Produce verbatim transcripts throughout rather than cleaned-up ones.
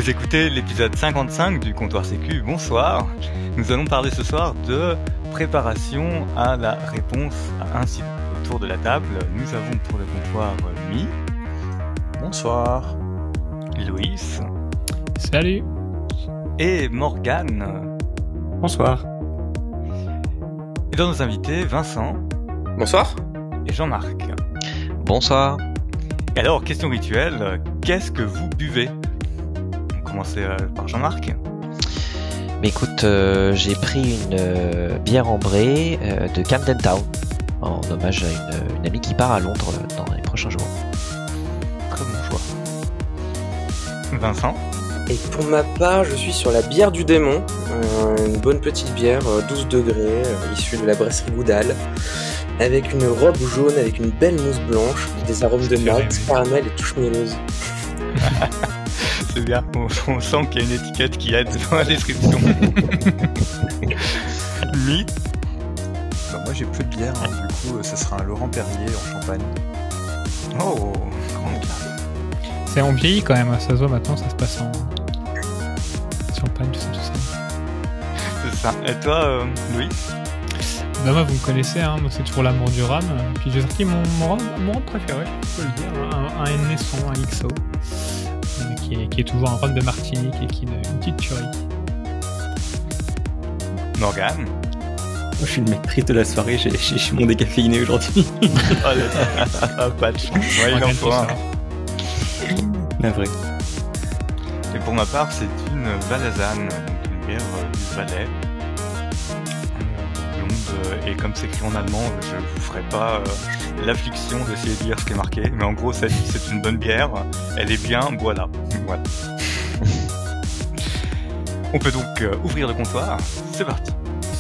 Vous écoutez l'épisode cinquante-cinq du Comptoir Sécu, bonsoir. Nous allons parler ce soir de préparation à la réponse à incident. Autour de la table, nous avons pour le comptoir Mi. Bonsoir. Loïs. Salut. Et Morgane. Bonsoir. Et dans nos invités, Vincent. Bonsoir. Et Jean-Marc. Bonsoir. Et alors, question rituelle, qu'est-ce que vous buvez ? On va commencer euh, par Jean-Marc. Mais écoute, euh, j'ai pris une euh, bière ambrée euh, de Camden Town en hommage à une, une amie qui part à Londres euh, dans les prochains jours. Très bon choix. Vincent. Et pour ma part, je suis sur la bière du démon, euh, une bonne petite bière, euh, douze degrés, euh, issue de la brasserie Goudal, avec une robe jaune, avec une belle mousse blanche, des arômes de malt, caramel et touche mielleuse. C'est bien, on, on sent qu'il y a une étiquette qui aide dans la description. Mi. Bah, moi j'ai plus de bière, hein, du coup ça sera un Laurent Perrier en Champagne. Oh, grande classe. C'est en vieilli quand même, ça se voit maintenant, ça se passe en champagne, tout ça, tout ça. C'est ça. Et toi, euh, Louis ? Bah moi vous me connaissez, hein, moi c'est toujours l'amour du rhum. Puis j'ai sorti mon, mon, rhum, mon rhum préféré, je peux le dire, un, un N-Nesson, un X O, euh, qui, est, qui est toujours un rhum de Martinique et qui est une, une petite tuerie. Morgane. Moi, je suis le maîtrise de la soirée, j'ai, j'ai, j'ai mon décaféiné aujourd'hui. Oh, là, pas de chance. Ouais, il en faut un. Navré. Et pour ma part, c'est une Valaisanne, donc une bière euh, du Valais. Blonde, euh, et comme c'est écrit en allemand, je vous ferai pas euh, l'affliction d'essayer de lire ce qui est marqué. Mais en gros, ça dit c'est une bonne bière, elle est bien, voilà. Voilà. On peut donc euh, ouvrir le comptoir, c'est parti.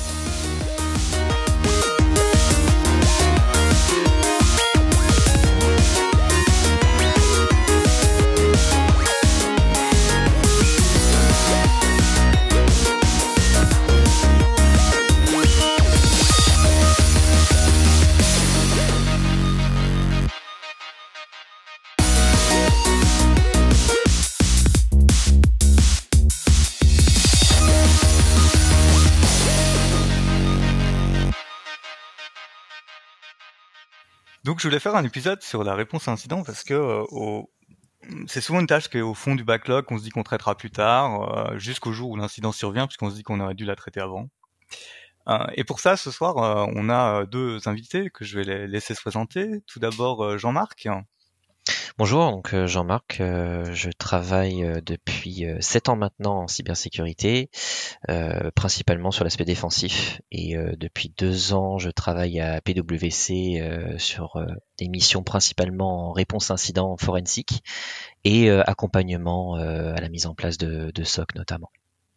Donc je voulais faire un épisode sur la réponse à incident parce que euh, au... c'est souvent une tâche qui est au fond du backlog, qu'on se dit qu'on traitera plus tard, euh, jusqu'au jour où l'incident survient, puisqu'on se dit qu'on aurait dû la traiter avant. Euh, et pour ça, ce soir, euh, on a deux invités que je vais les laisser se présenter. Tout d'abord, euh, Jean-Marc. Bonjour, donc euh, Jean-Marc, euh, je travaille euh, depuis euh, sept ans maintenant en cybersécurité, euh, principalement sur l'aspect défensif, et euh, depuis deux ans je travaille à P W C euh, sur euh, des missions principalement en réponse incident forensique et euh, accompagnement euh, à la mise en place de, de S O C notamment.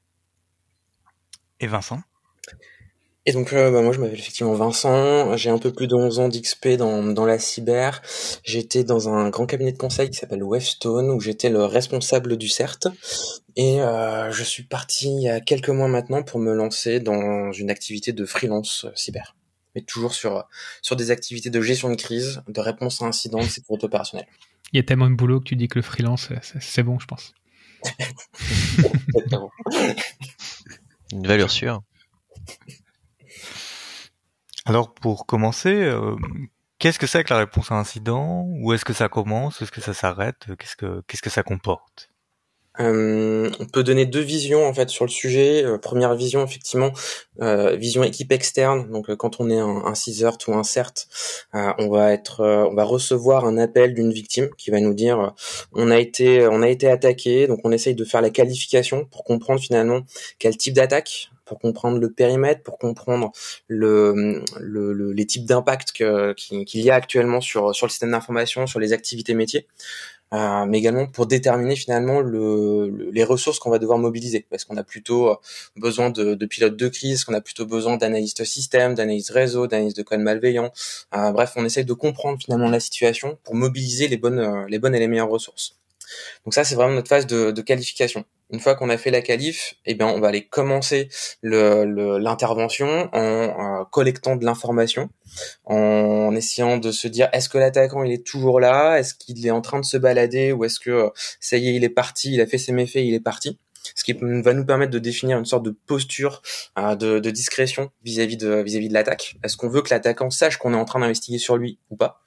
Et Vincent. Et donc euh, bah, moi je m'appelle effectivement Vincent, j'ai un peu plus de onze ans d'X P dans, dans la cyber, j'étais dans un grand cabinet de conseil qui s'appelle Wavestone où j'étais le responsable du C E R T et euh, je suis parti il y a quelques mois maintenant pour me lancer dans une activité de freelance euh, cyber, mais toujours sur, sur des activités de gestion de crise, de réponse à incidents, de sécurité opérationnelle. Il y a tellement de boulot que tu dis que le freelance c'est, c'est bon je pense. Une valeur sûre. Alors pour commencer, euh, qu'est-ce que c'est que la réponse à incident ? Où est-ce que ça commence ? Où est-ce que ça s'arrête ? Qu'est-ce que qu'est-ce que ça comporte ? Euh, on peut donner deux visions en fait sur le sujet. Euh, première vision effectivement, euh, vision équipe externe. Donc euh, quand on est un, un C I S E R T ou un C E R T, euh, on va être, euh, on va recevoir un appel d'une victime qui va nous dire euh, on a été, on a été attaqué. Donc on essaye de faire la qualification pour comprendre finalement quel type d'attaque, pour comprendre le périmètre, pour comprendre le, le, le les types d'impact que, qu'il y a actuellement sur sur le système d'information, sur les activités métiers. Euh, mais également pour déterminer finalement le, le, les ressources qu'on va devoir mobiliser, parce qu'on a plutôt besoin de, de pilotes de crise, qu'on a plutôt besoin d'analystes système, d'analystes réseau, d'analystes de code malveillant. Euh, bref, on essaye de comprendre finalement la situation pour mobiliser les bonnes, les bonnes et les meilleures ressources. Donc ça, c'est vraiment notre phase de, de qualification. Une fois qu'on a fait la qualif, eh bien, on va aller commencer le, le, l'intervention en euh, collectant de l'information, en essayant de se dire est-ce que l'attaquant il est toujours là, est-ce qu'il est en train de se balader, ou est-ce que euh, ça y est, il est parti, il a fait ses méfaits, il est parti. Ce qui va nous permettre de définir une sorte de posture euh, de, de discrétion vis-à-vis de vis-à-vis de l'attaque. Est-ce qu'on veut que l'attaquant sache qu'on est en train d'investiguer sur lui ou pas?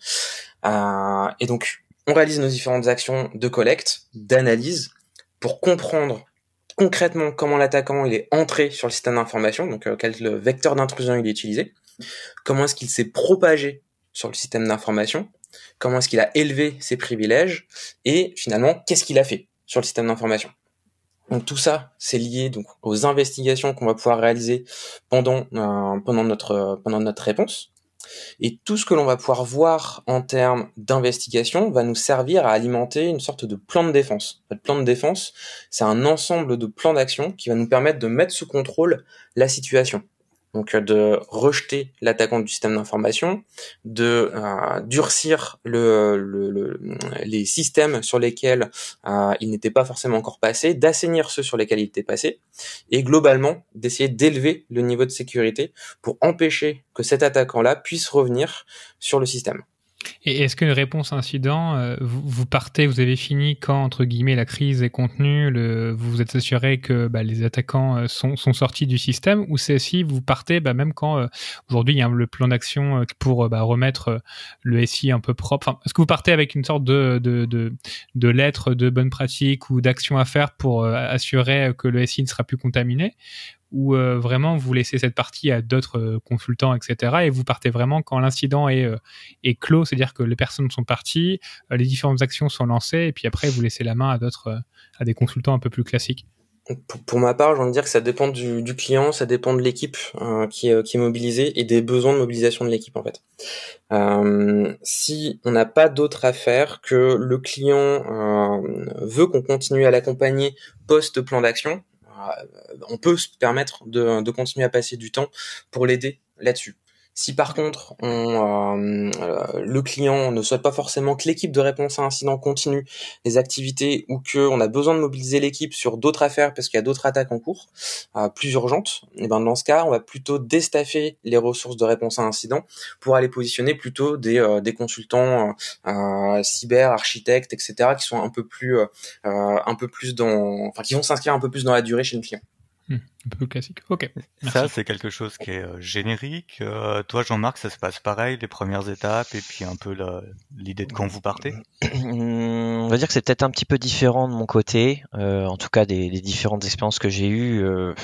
euh, Et donc, on réalise nos différentes actions de collecte, d'analyse, pour comprendre concrètement comment l'attaquant il est entré sur le système d'information, donc euh, quel vecteur d'intrusion il est utilisé, comment est-ce qu'il s'est propagé sur le système d'information, comment est-ce qu'il a élevé ses privilèges, et finalement, qu'est-ce qu'il a fait sur le système d'information. Donc tout ça, c'est lié donc aux investigations qu'on va pouvoir réaliser pendant euh, pendant notre pendant notre réponse. Et tout ce que l'on va pouvoir voir en termes d'investigation va nous servir à alimenter une sorte de plan de défense. Le plan de défense, c'est un ensemble de plans d'action qui va nous permettre de mettre sous contrôle la situation. Donc de rejeter l'attaquant du système d'information, de euh, durcir le, le, le, les systèmes sur lesquels euh, il n'était pas forcément encore passé, d'assainir ceux sur lesquels il était passé, et globalement d'essayer d'élever le niveau de sécurité pour empêcher que cet attaquant-là puisse revenir sur le système. Et est-ce qu'une réponse incident, euh, vous, vous partez, vous avez fini quand, entre guillemets, la crise est contenue, le, vous vous êtes assuré que bah, les attaquants euh, sont, sont sortis du système, ou c'est si vous partez bah, même quand, euh, aujourd'hui, il y a le plan d'action euh, pour euh, bah, remettre euh, le S I un peu propre. Enfin, est-ce que vous partez avec une sorte de, de, de, de lettre de bonne pratique ou d'action à faire pour euh, assurer que le S I ne sera plus contaminé, ou euh, vraiment vous laissez cette partie à d'autres euh, consultants, et cetera, et vous partez vraiment quand l'incident est, euh, est clos, c'est-à-dire que les personnes sont parties, euh, les différentes actions sont lancées, et puis après vous laissez la main à d'autres, euh, à des consultants un peu plus classiques. Pour, pour ma part, j'ai envie de dire que ça dépend du, du client, ça dépend de l'équipe euh, qui, est, qui est mobilisée et des besoins de mobilisation de l'équipe en fait. Euh, si on n'a pas d'autre à faire, que le client euh, veut qu'on continue à l'accompagner post-plan d'action, on peut se permettre de, de continuer à passer du temps pour l'aider là-dessus. Si par contre on, euh, le client ne souhaite pas forcément que l'équipe de réponse à incident continue les activités, ou que on a besoin de mobiliser l'équipe sur d'autres affaires parce qu'il y a d'autres attaques en cours, euh, plus urgentes, et ben dans ce cas on va plutôt déstaffer les ressources de réponse à incident pour aller positionner plutôt des, euh, des consultants euh, cyber, architectes, et cetera qui sont un peu plus euh, un peu plus dans, enfin qui vont s'inscrire un peu plus dans la durée chez le client. Mmh, un peu plus classique. Ok. Merci. Ça, c'est quelque chose qui est euh, générique. Euh, toi, Jean-Marc, ça se passe pareil, les premières étapes, et puis un peu la, l'idée de quand vous partez. On va dire que c'est peut-être un petit peu différent de mon côté. Euh, en tout cas, des, des différentes expériences que j'ai eues. Euh,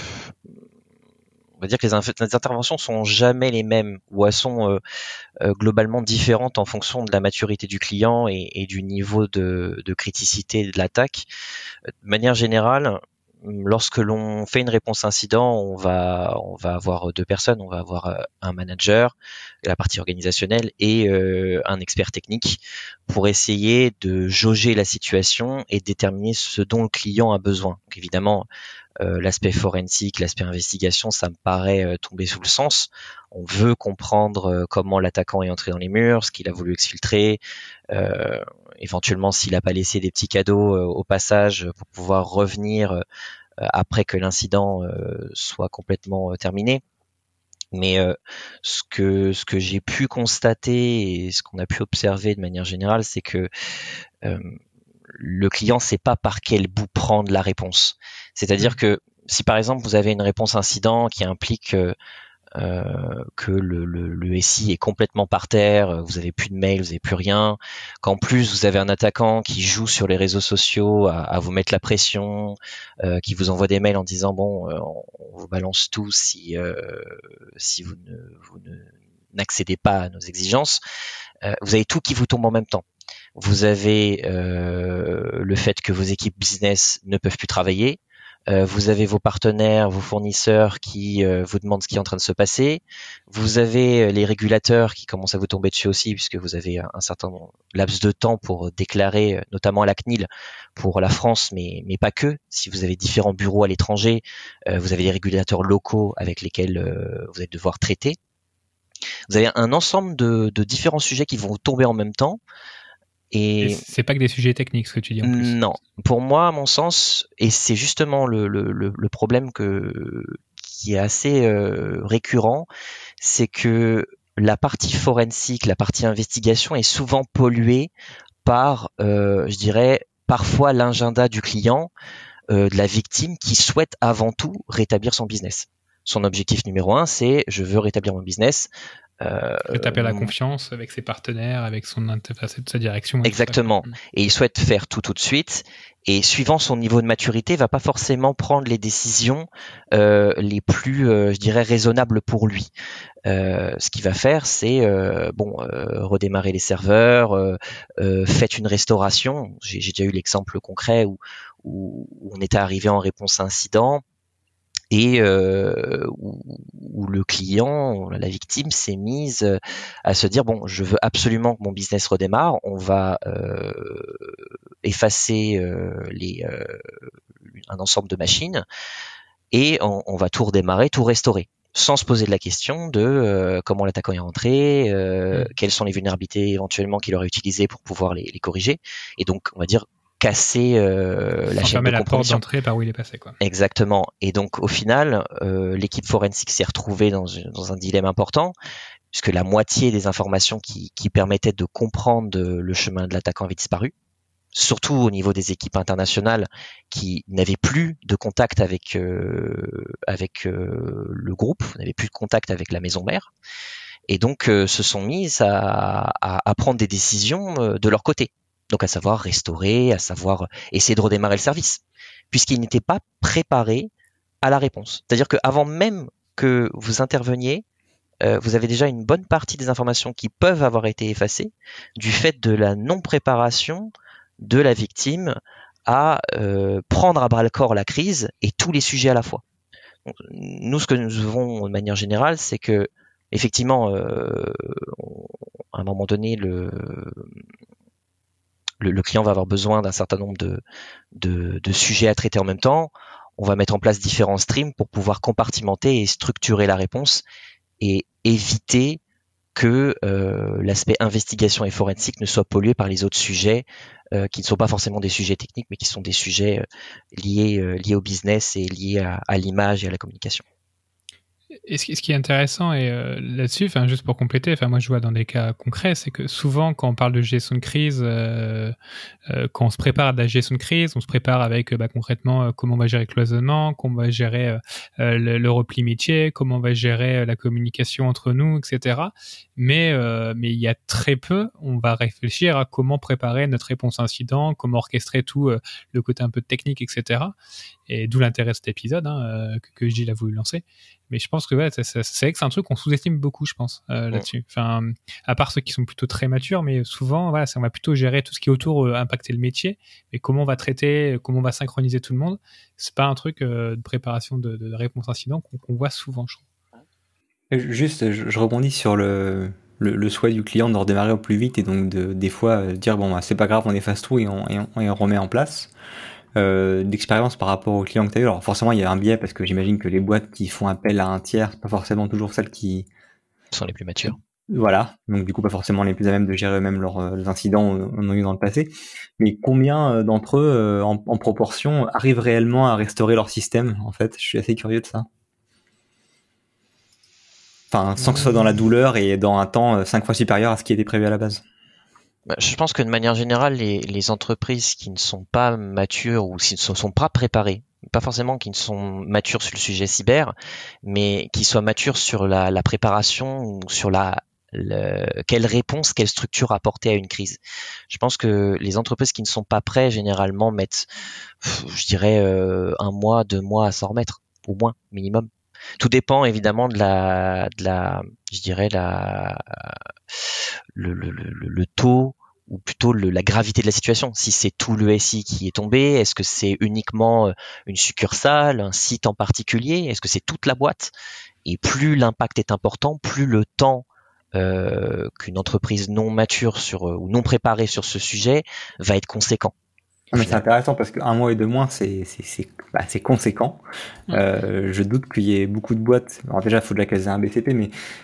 on va dire que les, inf- les interventions sont jamais les mêmes, ou elles sont euh, euh, globalement différentes en fonction de la maturité du client et, et du niveau de, de criticité de l'attaque. De manière générale, lorsque l'on fait une réponse incident, on va on va avoir deux personnes, on va avoir un manager, la partie organisationnelle, et euh, un expert technique pour essayer de jauger la situation et déterminer ce dont le client a besoin. Donc évidemment, euh, l'aspect forensique, l'aspect investigation, ça me paraît euh, tomber sous le sens. On veut comprendre euh, comment l'attaquant est entré dans les murs, ce qu'il a voulu exfiltrer, euh, éventuellement s'il n'a pas laissé des petits cadeaux euh, au passage pour pouvoir revenir euh, après que l'incident euh, soit complètement euh, terminé. Mais euh, ce que ce que j'ai pu constater et ce qu'on a pu observer de manière générale, c'est que euh, le client sait pas par quel bout prendre la réponse. C'est-à-dire que si par exemple vous avez une réponse incident qui implique euh, Euh, que le, le, le S I est complètement par terre, vous avez plus de mails, vous avez plus rien, qu'en plus vous avez un attaquant qui joue sur les réseaux sociaux à, à vous mettre la pression, euh, qui vous envoie des mails en disant bon, euh, on vous balance tout si euh, si vous ne vous ne n'accédez pas à nos exigences, euh, vous avez tout qui vous tombe en même temps. Vous avez euh, le fait que vos équipes business ne peuvent plus travailler. Euh, vous avez vos partenaires, vos fournisseurs qui euh, vous demandent ce qui est en train de se passer. Vous avez les régulateurs qui commencent à vous tomber dessus aussi, puisque vous avez un, un certain laps de temps pour déclarer, notamment à la C N I L, pour la France, mais, mais pas que. Si vous avez différents bureaux à l'étranger, euh, vous avez les régulateurs locaux avec lesquels euh, vous allez devoir traiter. Vous avez un ensemble de, de différents sujets qui vont tomber en même temps. Et, et c'est pas que des sujets techniques ce que tu dis en plus. Non, pour moi, à mon sens, et c'est justement le, le, le, le problème que qui est assez euh, récurrent, c'est que la partie forensique, la partie investigation est souvent polluée par, euh, je dirais, parfois l'agenda du client, euh, de la victime qui souhaite avant tout rétablir son business. Son objectif numéro un, c'est je veux rétablir mon business. Euh, rétablir la confiance avec ses partenaires, avec son interface, sa direction. Exactement. Et il souhaite faire tout tout de suite. Et suivant son niveau de maturité, va pas forcément prendre les décisions euh, les plus, euh, je dirais, raisonnables pour lui. Euh, ce qu'il va faire, c'est euh, bon, euh, redémarrer les serveurs, euh, euh, faites une restauration. J'ai, j'ai déjà eu l'exemple concret où, où, où on était arrivé en réponse à incident. Et euh, où, où le client, la victime, s'est mise à se dire bon, je veux absolument que mon business redémarre. On va euh, effacer euh, les, euh, un ensemble de machines et on, on va tout redémarrer, tout restaurer, sans se poser de la question de euh, comment l'attaquant est rentré, euh, mmh. quelles sont les vulnérabilités éventuellement qu'il aurait utilisées pour pouvoir les, les corriger. Et donc, on va dire casser euh, la chaîne de la porte compromission. d'entrée par où il est passé, quoi. Exactement. Et donc au final, euh, l'équipe forensique s'est retrouvée dans, dans un dilemme important, puisque la moitié des informations qui, qui permettaient de comprendre le chemin de l'attaquant avait disparu. Surtout au niveau des équipes internationales qui n'avaient plus de contact avec euh, avec euh, le groupe, n'avaient plus de contact avec la maison mère, et donc euh, se sont mises à, à, à prendre des décisions euh, de leur côté. Donc à savoir restaurer, à savoir essayer de redémarrer le service, puisqu'ils n'étaient pas préparés à la réponse. C'est-à-dire qu'avant même que vous interveniez, euh, vous avez déjà une bonne partie des informations qui peuvent avoir été effacées du fait de la non-préparation de la victime à euh, prendre à bras-le-corps la crise et tous les sujets à la fois. Donc, nous, ce que nous avons de manière générale, c'est que effectivement, euh, on, à un moment donné, le Le, le client va avoir besoin d'un certain nombre de, de, de sujets à traiter en même temps. On va mettre en place différents streams pour pouvoir compartimenter et structurer la réponse et éviter que euh, l'aspect investigation et forensique ne soit pollué par les autres sujets euh, qui ne sont pas forcément des sujets techniques, mais qui sont des sujets euh, liés, euh, liés au business et liés à, à l'image et à la communication. Et ce qui est intéressant et euh, là-dessus, enfin juste pour compléter, enfin moi je vois dans des cas concrets, c'est que souvent quand on parle de gestion de crise, euh, euh, quand on se prépare à de la gestion de crise, on se prépare avec bah, concrètement euh, comment on va gérer le cloisonnement, comment on va gérer euh, le, le repli métier, comment on va gérer euh, la communication entre nous, et cetera. Mais euh, mais il y a très peu, on va réfléchir à comment préparer notre réponse incident, comment orchestrer tout euh, le côté un peu technique, et cetera. Et d'où l'intérêt de cet épisode hein, euh, que, que Gilles a voulu lancer. Mais je pense que ouais, c'est, c'est, c'est vrai que c'est un truc qu'on sous-estime beaucoup, je pense, euh, ouais. là-dessus. Enfin, à part ceux qui sont plutôt très matures, mais souvent, voilà, on va plutôt gérer tout ce qui est autour, euh, impacter le métier. Mais comment on va traiter, comment on va synchroniser tout le monde, c'est pas un truc euh, de préparation de, de réponse incident qu'on, qu'on voit souvent, je trouve. Juste, je, je rebondis sur le, le, le souhait du client de redémarrer au plus vite et donc de, des fois euh, dire bon, bah, c'est pas grave, on efface tout et on, et on, et on remet en place. Euh, d'expérience par rapport aux clients que tu as eu. Alors forcément il y a un biais parce que j'imagine que les boîtes qui font appel à un tiers, c'est pas forcément toujours celles qui sont les plus matures. Voilà, donc du coup pas forcément les plus à même de gérer eux-mêmes leurs, leurs incidents on a eu dans le passé. Mais combien d'entre eux en, en proportion arrivent réellement à restaurer leur système en fait? Je suis assez curieux de ça. Enfin, sans que ce soit dans la douleur et dans un temps cinq fois supérieur à ce qui était prévu à la base. Je pense que de manière générale, les, les entreprises qui ne sont pas matures ou qui ne sont pas préparées, pas forcément qui ne sont matures sur le sujet cyber, mais qui soient matures sur la, la préparation ou sur la, le, quelle réponse, quelle structure apporter à une crise. Je pense que les entreprises qui ne sont pas prêtes, généralement, mettent, je dirais, euh, un mois, deux mois à s'en remettre, au moins, minimum. Tout dépend évidemment de la, de la, je dirais la, le, le, le, le taux ou plutôt le, la gravité de la situation. Si c'est tout le S I qui est tombé, est-ce que c'est uniquement une succursale, un site en particulier, est-ce que c'est toute la boîte? Et plus l'impact est important, plus le temps euh, qu'une entreprise non mature sur ou non préparée sur ce sujet va être conséquent. Mais c'est intéressant parce qu'un mois et deux mois, c'est c'est c'est bah, c'est conséquent. Mmh. Euh, je doute qu'il y ait beaucoup de boîtes. Alors déjà, il faut de la caser un B C P, mais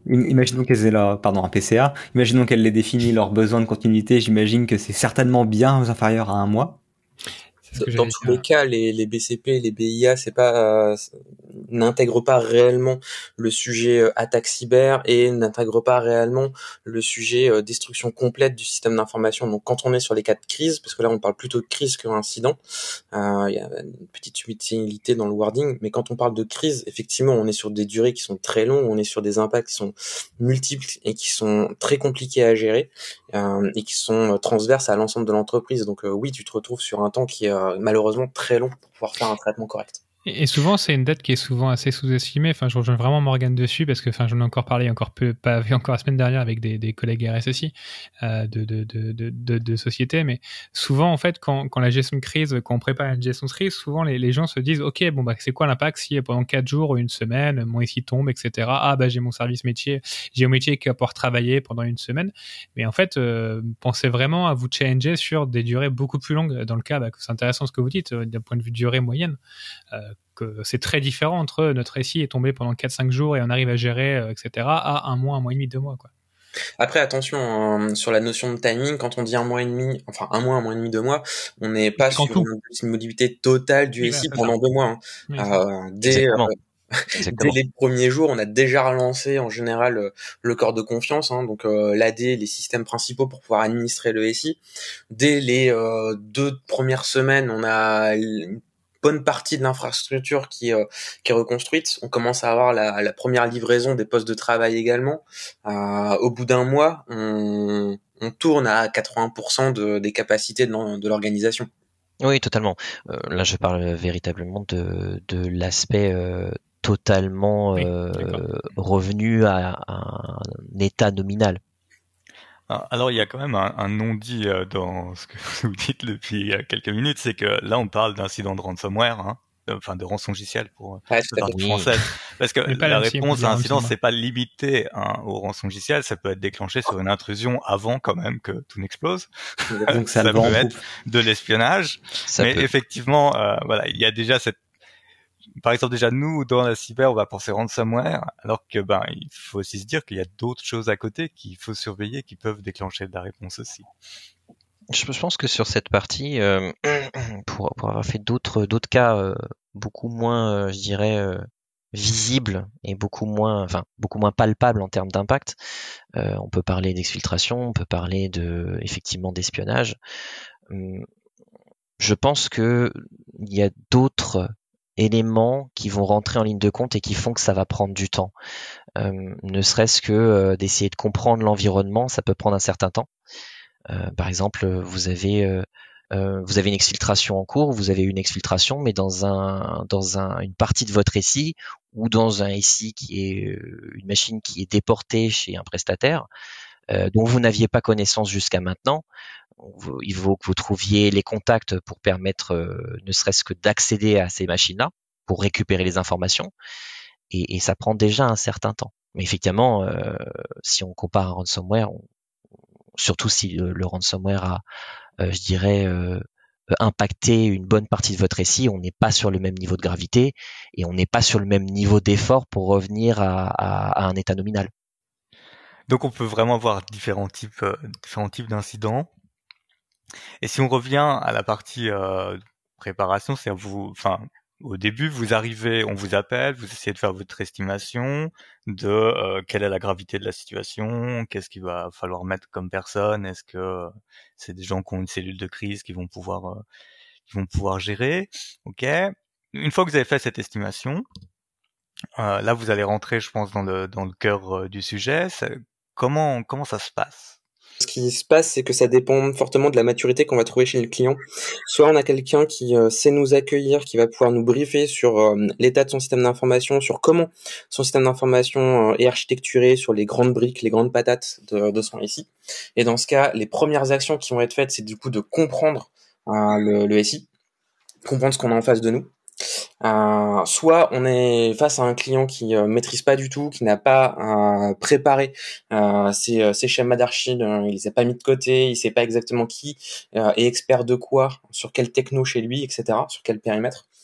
imaginons qu'elles aient leur, pardon, un P C A, imaginons qu'elles aient défini leurs besoins de continuité, j'imagine que c'est certainement bien inférieur à un mois. Dans tous dire. les cas, les, les B C P, les B I A, c'est pas, euh, n'intègrent pas réellement le sujet euh, attaque cyber et n'intègrent pas réellement le sujet euh, destruction complète du système d'information. Donc, quand on est sur les cas de crise, parce que là, on parle plutôt de crise qu'un incident, euh, il y a une petite subtilité dans le wording, mais quand on parle de crise, effectivement, on est sur des durées qui sont très longues, on est sur des impacts qui sont multiples et qui sont très compliqués à gérer euh, et qui sont transverses à l'ensemble de l'entreprise. Donc, euh, oui, tu te retrouves sur un temps qui est euh, malheureusement très long pour pouvoir faire un traitement correct. Et souvent, c'est une dette qui est souvent assez sous-estimée. Enfin, je rejoins vraiment Morgane dessus parce que, enfin, j'en ai encore parlé encore peu, pas encore la semaine dernière avec des, des collègues R S S I euh, de, de, de, de, de, de sociétés. Mais souvent, en fait, quand, quand la gestion de crise, quand on prépare une gestion de crise, souvent les, les gens se disent, ok, bon bah, c'est quoi l'impact si pendant quatre jours ou une semaine, mon I C tombe, et cetera. Ah bah, j'ai mon service métier, j'ai mon métier qui va pouvoir travailler pendant une semaine. Mais en fait, euh, pensez vraiment à vous challenger sur des durées beaucoup plus longues. Dans le cas, bah, c'est intéressant ce que vous dites d'un point de vue de durée moyenne. Euh, que c'est très différent entre notre S I est tombé pendant quatre cinq jours et on arrive à gérer, euh, et cetera, à un mois, un mois et demi, deux mois, quoi. Après, attention, hein, sur la notion de timing, quand on dit un mois et demi, enfin un mois, un mois et demi, deux mois, on n'est pas sur une, une mobilité totale du oui, S I pendant ça. deux mois. Hein. Oui, euh, dès, euh, dès les premiers jours, on a déjà relancé en général euh, le corps de confiance, hein, donc euh, l'A D, les systèmes principaux pour pouvoir administrer le S I. Dès les euh, deux premières semaines, on a une bonne partie de l'infrastructure qui, euh, qui est reconstruite. On commence à avoir la, la première livraison des postes de travail également. Euh, au bout d'un mois, on, on tourne à quatre-vingts pour cent de, des capacités de, de l'organisation. Oui, totalement. Euh, là, je parle véritablement de, de l'aspect euh, totalement euh, oui, revenu à, à un état nominal. Alors, il y a quand même un, un non-dit dans ce que vous dites depuis quelques minutes, c'est que là, on parle d'incident de ransomware, hein, enfin de rançongiciel pour ouais, le parler français, parce que la réponse à l'incident, c'est pas limité hein, au rançongiciel, ça peut être déclenché sur une intrusion avant quand même que tout n'explose. Donc ça, ça peut être de l'espionnage, ça mais peut. effectivement, euh, voilà, il y a déjà cette par exemple, déjà, nous, dans la cyber, on va penser ransomware, alors que, ben, il faut aussi se dire qu'il y a d'autres choses à côté qu'il faut surveiller, qui peuvent déclencher de la réponse aussi. Je pense que sur cette partie, euh, pour, pour avoir fait d'autres, d'autres cas euh, beaucoup moins, euh, je dirais, euh, visibles et beaucoup moins, enfin, beaucoup moins palpables en termes d'impact, euh, on peut parler d'exfiltration, on peut parler de, effectivement, d'espionnage. Hum, je pense que il y a d'autres éléments qui vont rentrer en ligne de compte et qui font que ça va prendre du temps. Euh, ne serait-ce que euh, d'essayer de comprendre l'environnement, ça peut prendre un certain temps. Euh, par exemple, vous avez euh, euh, vous avez une exfiltration en cours, vous avez une exfiltration, mais dans un dans un une partie de votre S I ou dans un S I qui est une machine qui est déportée chez un prestataire euh, dont vous n'aviez pas connaissance jusqu'à maintenant. Il faut que vous trouviez les contacts pour permettre euh, ne serait-ce que d'accéder à ces machines-là, pour récupérer les informations, et, et ça prend déjà un certain temps. Mais effectivement, euh, si on compare un ransomware, on, surtout si le, le ransomware a, euh, je dirais, euh, impacté une bonne partie de votre S I, on n'est pas sur le même niveau de gravité, et on n'est pas sur le même niveau d'effort pour revenir à, à, à un état nominal. Donc on peut vraiment avoir différents types, euh, différents types d'incidents. Et si on revient à la partie euh, préparation, c'est vous, enfin, au début, vous arrivez, on vous appelle, vous essayez de faire votre estimation de euh, quelle est la gravité de la situation, qu'est-ce qu'il va falloir mettre comme personne, est-ce que euh, c'est des gens qui ont une cellule de crise qui vont pouvoir, euh, qui vont pouvoir gérer, ok. Une fois que vous avez fait cette estimation, euh, là vous allez rentrer, je pense, dans le dans le cœur euh, du sujet. C'est, comment comment ça se passe? Ce qui se passe, c'est que ça dépend fortement de la maturité qu'on va trouver chez le client. Soit on a quelqu'un qui euh, sait nous accueillir, qui va pouvoir nous briefer sur euh, l'état de son système d'information, sur comment son système d'information euh, est architecturé, sur les grandes briques, les grandes patates de, de son S I. Et dans ce cas, les premières actions qui vont être faites, c'est du coup de comprendre euh, le, le S I, comprendre ce qu'on a en face de nous. Euh, soit on est face à un client qui euh, maîtrise pas du tout, qui n'a pas euh, préparé euh, ses, ses schémas d'archi, euh, il les a pas mis de côté, il sait pas exactement qui euh, est expert de quoi, sur quelle techno chez lui, et cetera, sur quel périmètre.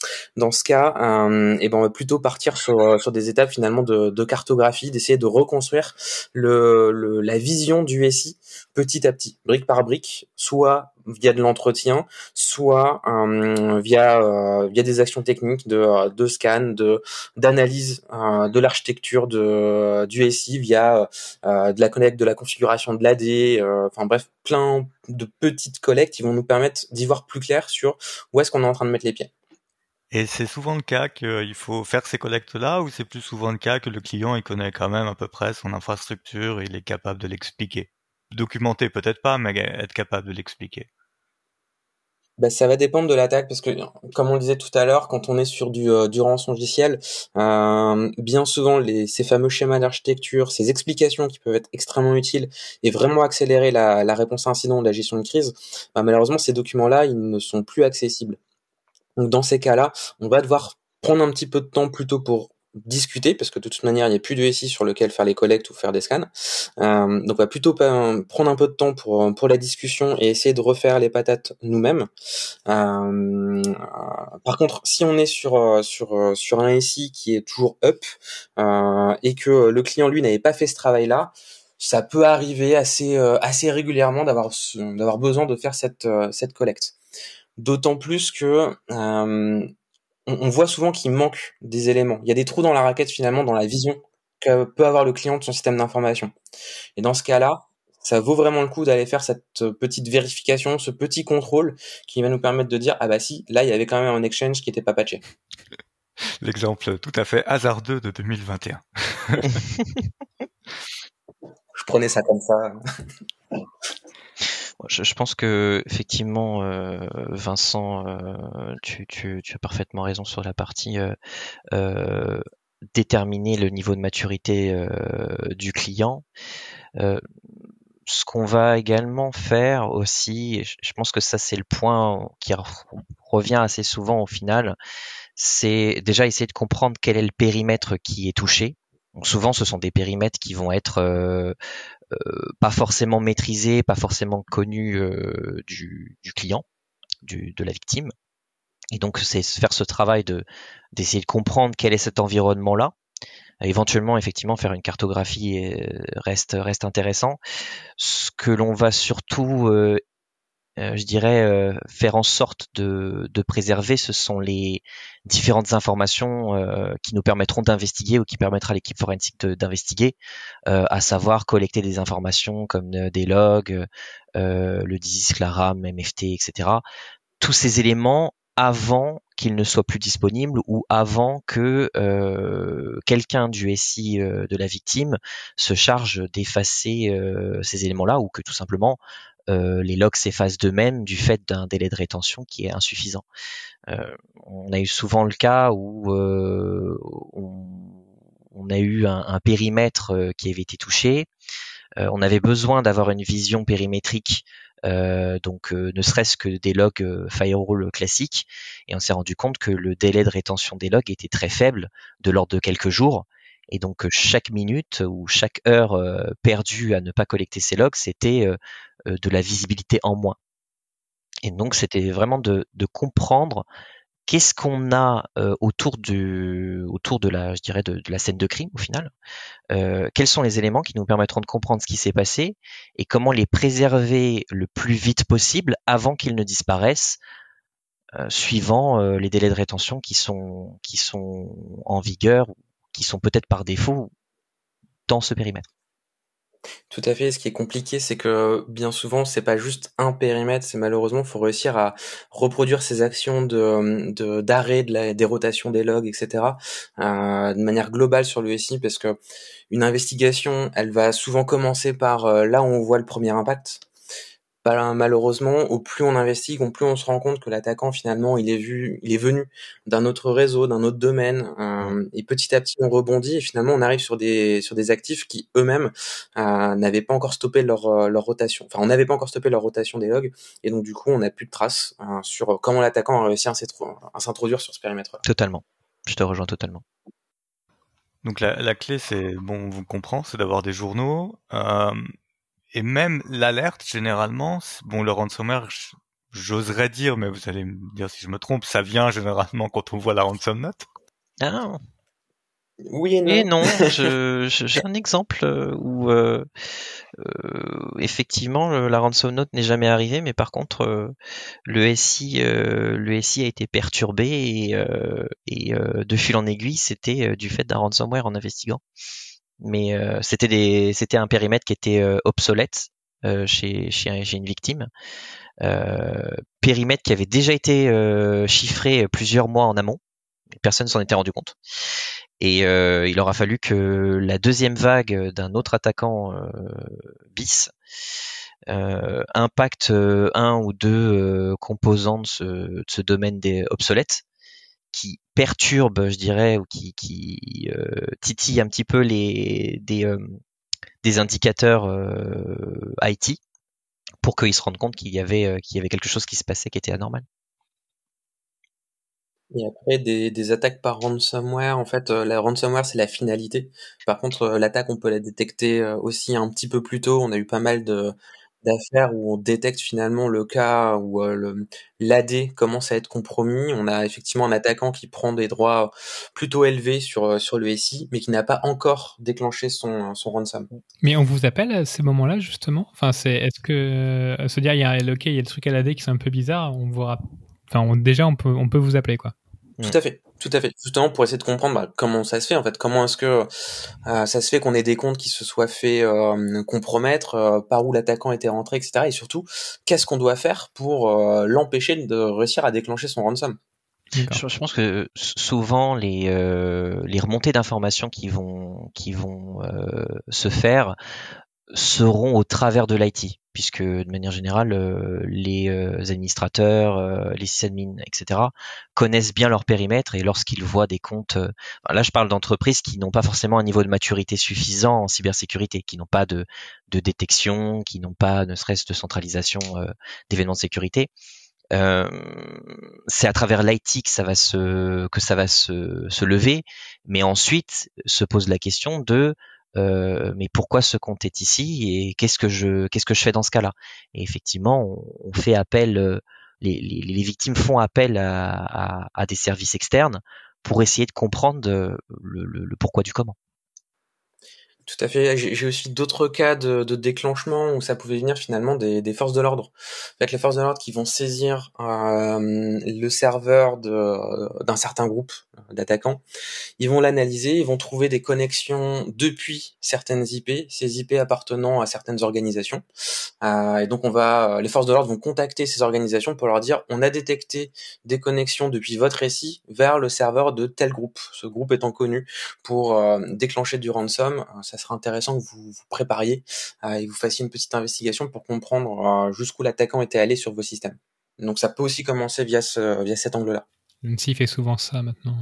Dans ce cas, euh, eh ben on va plutôt partir sur, sur des étapes finalement de, de cartographie, d'essayer de reconstruire le, le, la vision du S I petit à petit, brique par brique, soit via de l'entretien, soit euh, via euh, via des actions techniques de, de scan, de d'analyse euh, de l'architecture de du S I via euh, de la collecte, de la configuration de l'A D, euh, enfin bref, plein de petites collectes qui vont nous permettre d'y voir plus clair sur où est-ce qu'on est en train de mettre les pieds. Et c'est souvent le cas qu'il faut faire ces collectes-là, ou c'est plus souvent le cas que le client il connaît quand même à peu près son infrastructure et il est capable de l'expliquer? Documenter peut-être pas, mais être capable de l'expliquer. Bah, ça va dépendre de l'attaque parce que, comme on le disait tout à l'heure, quand on est sur du, euh, du rançongiciel, euh, bien souvent les, ces fameux schémas d'architecture, ces explications qui peuvent être extrêmement utiles et vraiment accélérer la, la réponse à incident de la gestion de crise, bah, malheureusement ces documents-là ils ne sont plus accessibles. Donc dans ces cas-là, on va devoir prendre un petit peu de temps plutôt pour discuter, parce que de toute manière, il n'y a plus de S I sur lequel faire les collectes ou faire des scans. Euh, donc on va plutôt prendre un peu de temps pour pour la discussion et essayer de refaire les patates nous-mêmes. Euh, par contre, si on est sur sur sur un S I qui est toujours up euh, et que le client lui n'avait pas fait ce travail-là, ça peut arriver assez euh, assez régulièrement d'avoir d'avoir besoin de faire cette euh, cette collecte. D'autant plus que euh, on, on voit souvent qu'il manque des éléments. Il y a des trous dans la raquette finalement dans la vision que peut avoir le client de son système d'information. Et dans ce cas-là, ça vaut vraiment le coup d'aller faire cette petite vérification, ce petit contrôle qui va nous permettre de dire ah bah si, là il y avait quand même un exchange qui n'était pas patché. L'exemple tout à fait hasardeux de deux mille vingt et un. Je prenais ça comme ça. Je, je pense que effectivement, euh, Vincent, euh, tu, tu, tu as parfaitement raison sur la partie euh, euh, déterminer le niveau de maturité euh, du client. Euh, ce qu'on va également faire aussi, et je, je pense que ça c'est le point qui re- revient assez souvent au final, c'est déjà essayer de comprendre quel est le périmètre qui est touché. Donc souvent, ce sont des périmètres qui vont être euh, euh, pas forcément maîtrisés, pas forcément connus euh, du, du client, du, de la victime. Et donc, c'est faire ce travail de d'essayer de comprendre quel est cet environnement-là. Éventuellement, effectivement, faire une cartographie reste reste intéressant. Ce que l'on va surtout euh, Euh, je dirais euh, faire en sorte de, de préserver, ce sont les différentes informations euh, qui nous permettront d'investiguer ou qui permettra à l'équipe forensique de, d'investiguer, euh, à savoir collecter des informations comme euh, des logs, euh, le disque, la RAM, M F T, et cetera. Tous ces éléments avant qu'ils ne soient plus disponibles ou avant que euh, quelqu'un du S I euh, de la victime se charge d'effacer euh, ces éléments-là ou que tout simplement Euh, les logs s'effacent d'eux-mêmes du fait d'un délai de rétention qui est insuffisant. Euh, on a eu souvent le cas où euh, on, on a eu un, un périmètre euh, qui avait été touché. Euh, on avait besoin d'avoir une vision périmétrique, euh, donc euh, ne serait-ce que des logs euh, firewall classiques, et on s'est rendu compte que le délai de rétention des logs était très faible, de l'ordre de quelques jours. Et donc chaque minute ou chaque heure euh, perdue à ne pas collecter ces logs, c'était euh, euh, de la visibilité en moins. Et donc c'était vraiment de, de comprendre qu'est-ce qu'on a euh, autour du autour de la je dirais de, de la scène de crime au final. Euh, quels sont les éléments qui nous permettront de comprendre ce qui s'est passé et comment les préserver le plus vite possible avant qu'ils ne disparaissent, euh, suivant euh, les délais de rétention qui sont qui sont en vigueur, qui sont peut-être par défaut dans ce périmètre. Tout à fait. Ce qui est compliqué, c'est que bien souvent, c'est pas juste un périmètre. C'est malheureusement, faut réussir à reproduire ces actions de, de d'arrêt de la, des rotations des logs, et cetera. Euh, de manière globale sur le S I, parce que une investigation, elle va souvent commencer par euh, là où on voit le premier impact. Bah, malheureusement, au plus on investigue, au plus on se rend compte que l'attaquant finalement il est vu, il est venu d'un autre réseau, d'un autre domaine, euh, et petit à petit on rebondit et finalement on arrive sur des sur des actifs qui eux-mêmes euh, n'avaient pas encore stoppé leur leur rotation. Enfin, on n'avait pas encore stoppé leur rotation des logs et donc du coup on n'a plus de traces euh, sur comment l'attaquant a réussi à s'introduire sur ce périmètre-là. Totalement, je te rejoins totalement. Donc la, la clé, c'est bon, on vous comprend, c'est d'avoir des journaux. Euh, Et même l'alerte, généralement, bon, le ransomware j'oserais dire, mais vous allez me dire si je me trompe, ça vient généralement quand on voit la ransom note. Ah. Oui et non. Et non, je, je- j'ai un exemple euh, où euh, euh, effectivement le- la ransom note n'est jamais arrivée, mais par contre euh, le S I, euh, le S I a été perturbé et, euh, et euh, de fil en aiguille, c'était euh, du fait d'un ransomware en investiguant. Mais euh, c'était des, c'était un périmètre qui était euh, obsolète euh, chez, chez, un- chez une victime. Euh, périmètre qui avait déjà été euh, chiffré plusieurs mois en amont. Personne s'en était rendu compte. Et euh, il aura fallu que la deuxième vague d'un autre attaquant euh, bis euh, impacte euh, un ou deux euh, composants de ce, de ce domaine des obsolètes qui perturbe, je dirais, ou qui, qui euh, titille un petit peu les des, euh, des indicateurs euh, I T pour qu'ils se rendent compte qu'il y avait euh, qu'il y avait quelque chose qui se passait qui était anormal. Et après, des, des attaques par ransomware, en fait, euh, la ransomware, c'est la finalité. Par contre, euh, l'attaque, on peut la détecter euh, aussi un petit peu plus tôt. On a eu pas mal de d'affaires où on détecte finalement le cas où euh, le, l'A D commence à être compromis. On a effectivement un attaquant qui prend des droits plutôt élevés sur, euh, sur le S I, mais qui n'a pas encore déclenché son, son ransom. Mais on vous appelle à ces moments-là, justement? Enfin, c'est, est-ce que, euh, se dire, il y a un OK, il y a le truc à l'A D qui sont un peu bizarre, on vous rapp- enfin, on, déjà, on peut, on peut vous appeler, quoi. Tout à fait, tout à fait. Justement pour essayer de comprendre bah, comment ça se fait en fait, comment est-ce que euh, ça se fait qu'on ait des comptes qui se soient fait euh, compromettre, euh, par où l'attaquant était rentré, et cetera. Et surtout, qu'est-ce qu'on doit faire pour euh, l'empêcher de réussir à déclencher son ransom. D'accord. Je, je pense que souvent les euh, les remontées d'informations qui vont qui vont euh, se faire seront au travers de l'I T, puisque de manière générale, euh, les euh, administrateurs, euh, les sysadmins, et cetera, connaissent bien leur périmètre et lorsqu'ils voient des comptes, euh, enfin, là je parle d'entreprises qui n'ont pas forcément un niveau de maturité suffisant en cybersécurité, qui n'ont pas de, de détection, qui n'ont pas ne serait-ce de centralisation euh, d'événements de sécurité. Euh, c'est à travers l'I T que ça va se que ça va se, se lever, mais ensuite se pose la question de euh, mais pourquoi ce compte est ici et qu'est-ce que je qu'est-ce que je fais dans ce cas-là. Et effectivement, on, on fait appel, euh, les, les, les victimes font appel à, à, à des services externes pour essayer de comprendre le, le, le pourquoi du comment. Tout à fait. J'ai j'ai aussi d'autres cas de, de déclenchement où ça pouvait venir finalement des, des forces de l'ordre. En fait, les forces de l'ordre qui vont saisir euh, le serveur de, d'un certain groupe d'attaquants, ils vont l'analyser, ils vont trouver des connexions depuis certaines I P, ces I P appartenant à certaines organisations. Euh, et donc, on va, les forces de l'ordre vont contacter ces organisations pour leur dire on a détecté des connexions depuis votre S I vers le serveur de tel groupe. Ce groupe étant connu pour euh, déclencher du ransom. Ça serait intéressant que vous vous prépariez euh, et que vous fassiez une petite investigation pour comprendre euh, jusqu'où l'attaquant était allé sur vos systèmes. Donc ça peut aussi commencer via ce via cet angle-là. L'A N S I fait souvent ça maintenant.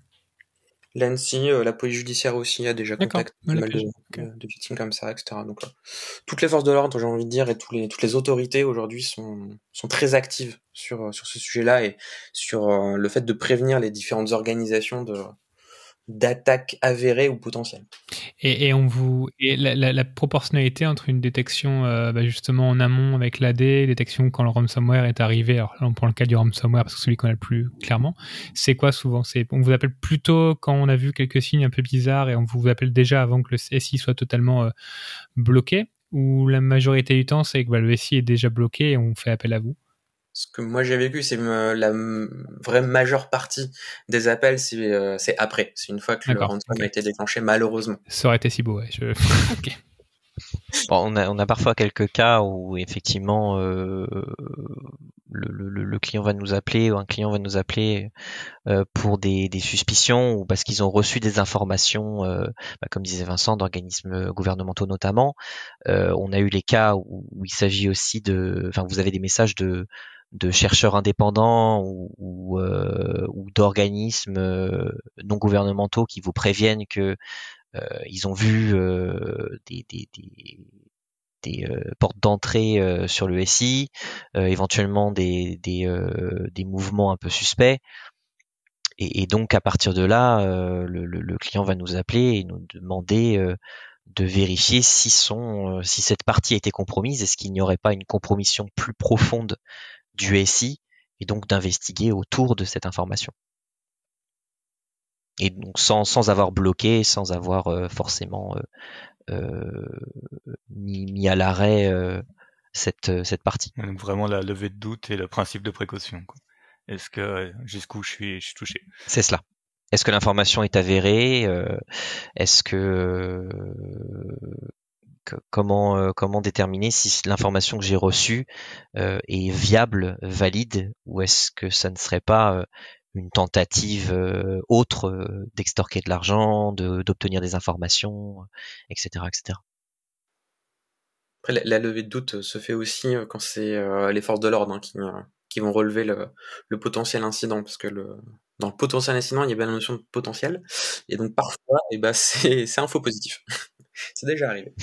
L'A N S I, euh, la police judiciaire aussi a déjà D'accord. contacté Ouais, pas la mal de, police. Ok. de, de victimes comme ça, et cetera. Donc euh, toutes les forces de l'ordre, j'ai envie de dire, et tous les toutes les autorités aujourd'hui sont sont très actives sur sur ce sujet-là et sur euh, le fait de prévenir les différentes organisations de d'attaques avérées ou potentielles. Et, et on vous et la, la, la proportionnalité entre une détection euh, bah justement en amont avec l'A D, détection quand le ransomware est arrivé. Alors là, on prend le cas du ransomware parce que c'est celui qu'on a le plus clairement. C'est quoi souvent? C'est on vous appelle plutôt quand on a vu quelques signes un peu bizarres et on vous appelle déjà avant que le S I soit totalement euh, bloqué, ou la majorité du temps c'est que bah, le S I est déjà bloqué et on fait appel à vous? Ce que moi j'ai vécu, c'est me, la m- vraie majeure partie des appels, c'est euh, c'est après. C'est une fois que D'accord, le ransom ok. a été déclenché, malheureusement. Ça aurait été si beau, ouais. Je... ok. Bon, on a on a parfois quelques cas où effectivement euh, le, le, le client va nous appeler ou un client va nous appeler euh, pour des, des suspicions ou parce qu'ils ont reçu des informations, euh, bah, comme disait Vincent, d'organismes gouvernementaux notamment. Euh, on a eu les cas où, où il s'agit aussi de, enfin vous avez des messages de de chercheurs indépendants ou, ou, euh, ou d'organismes euh, non gouvernementaux qui vous préviennent que euh, ils ont vu euh, des, des, des, des euh, portes d'entrée euh, sur le S I, euh, éventuellement des, des, euh, des mouvements un peu suspects. Et, et donc à partir de là, euh, le, le, le client va nous appeler et nous demander euh, de vérifier si son, euh, si cette partie a été compromise. Est-ce qu'il n'y aurait pas une compromission plus profonde du S I et donc d'investiguer autour de cette information. Et donc sans, sans avoir bloqué, sans avoir euh, forcément euh, euh, mis, mis à l'arrêt euh, cette, cette partie. Donc vraiment la levée de doute et le principe de précaution, quoi. Est-ce que jusqu'où je suis, je suis touché? C'est cela. Est-ce que l'information est avérée euh, Est-ce que, euh, que comment euh, comment déterminer si l'information que j'ai reçue euh, est viable, valide, ou est-ce que ça ne serait pas euh, une tentative euh, autre euh, d'extorquer de l'argent, de, d'obtenir des informations, et cetera, et cetera. Après, la, la levée de doute se fait aussi quand c'est euh, les forces de l'ordre hein, qui, euh, qui vont relever le, le potentiel incident, parce que le, dans le potentiel incident, il y a bien la notion de potentiel, et donc parfois, eh ben, c'est, c'est un faux positif. C'est déjà arrivé.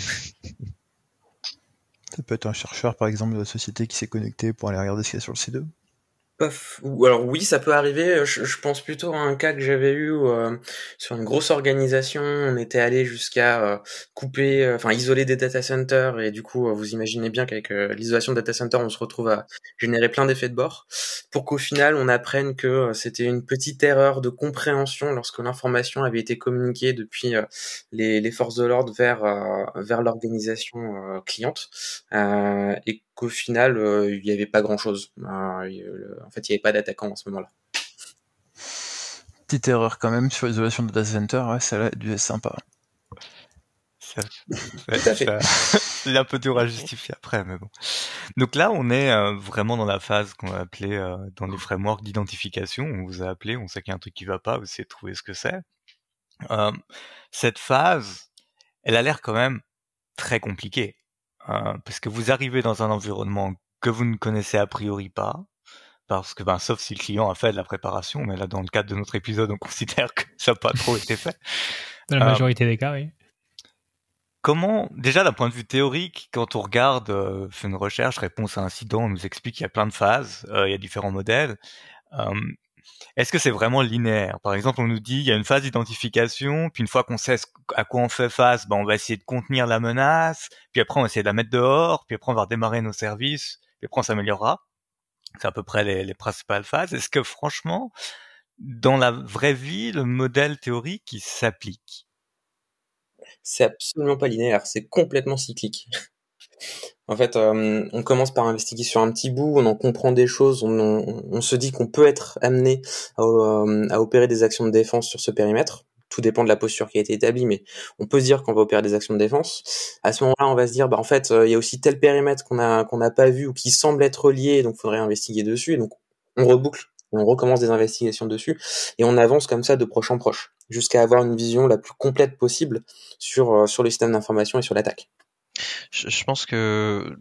Ça peut être un chercheur, par exemple, de la société qui s'est connecté pour aller regarder ce qu'il y a sur le C deux. Pof. Ou alors oui, ça peut arriver. Je, je pense plutôt à un cas que j'avais eu où, euh, sur une grosse organisation, on était allé jusqu'à euh, couper, euh, enfin isoler des data centers, et du coup, euh, vous imaginez bien qu'avec euh, l'isolation de data centers, on se retrouve à générer plein d'effets de bord, pour qu'au final, on apprenne que euh, c'était une petite erreur de compréhension lorsque l'information avait été communiquée depuis euh, les, les forces de l'ordre vers euh, vers l'organisation euh, cliente, euh, et qu'au final, euh, il n'y avait pas grand-chose. Euh, le, en fait, il n'y avait pas d'attaquant à ce moment-là. Petite erreur quand même sur l'isolation de data center, ouais, celle-là a dû être sympa. Ça, ouais, Tout à fait. ça, c'est un peu dur à justifier après, mais bon. Donc là, on est euh, vraiment dans la phase qu'on va appeler, euh, dans les frameworks d'identification. On vous a appelé, on sait qu'il y a un truc qui va pas, vous essayez de trouver ce que c'est. Euh, cette phase, elle a l'air quand même très compliquée. Euh, parce que vous arrivez dans un environnement que vous ne connaissez a priori pas, parce que, ben, sauf si le client a fait de la préparation, mais là, dans le cadre de notre épisode, on considère que ça n'a pas trop été fait. Dans la Euh, majorité des cas, oui. Comment, déjà d'un point de vue théorique, quand on regarde, euh, fait une recherche, réponse à incident, on nous explique qu'il y a plein de phases, euh, il y a différents modèles. Euh, est-ce que c'est vraiment linéaire? Par exemple, on nous dit il y a une phase d'identification, puis une fois qu'on sait à quoi on fait face, ben on va essayer de contenir la menace, puis après on va essayer de la mettre dehors, puis après on va redémarrer nos services, puis après on s'améliorera. C'est à peu près les, les principales phases. Est-ce que franchement, dans la vraie vie, le modèle théorique il s'applique? C'est absolument pas linéaire, c'est complètement cyclique. En fait, euh, on commence par investiguer sur un petit bout, on en comprend des choses, on, on, on se dit qu'on peut être amené à, euh, à opérer des actions de défense sur ce périmètre. Tout dépend de la posture qui a été établie, mais on peut se dire qu'on va opérer des actions de défense. À ce moment-là, on va se dire, bah en fait, euh, il y a aussi tel périmètre qu'on a qu'on n'a pas vu ou qui semble être lié, donc il faudrait investiguer dessus. Et donc on reboucle, et on recommence des investigations dessus, et on avance comme ça de proche en proche, jusqu'à avoir une vision la plus complète possible sur euh, sur le système d'information et sur l'attaque. Je, je pense que,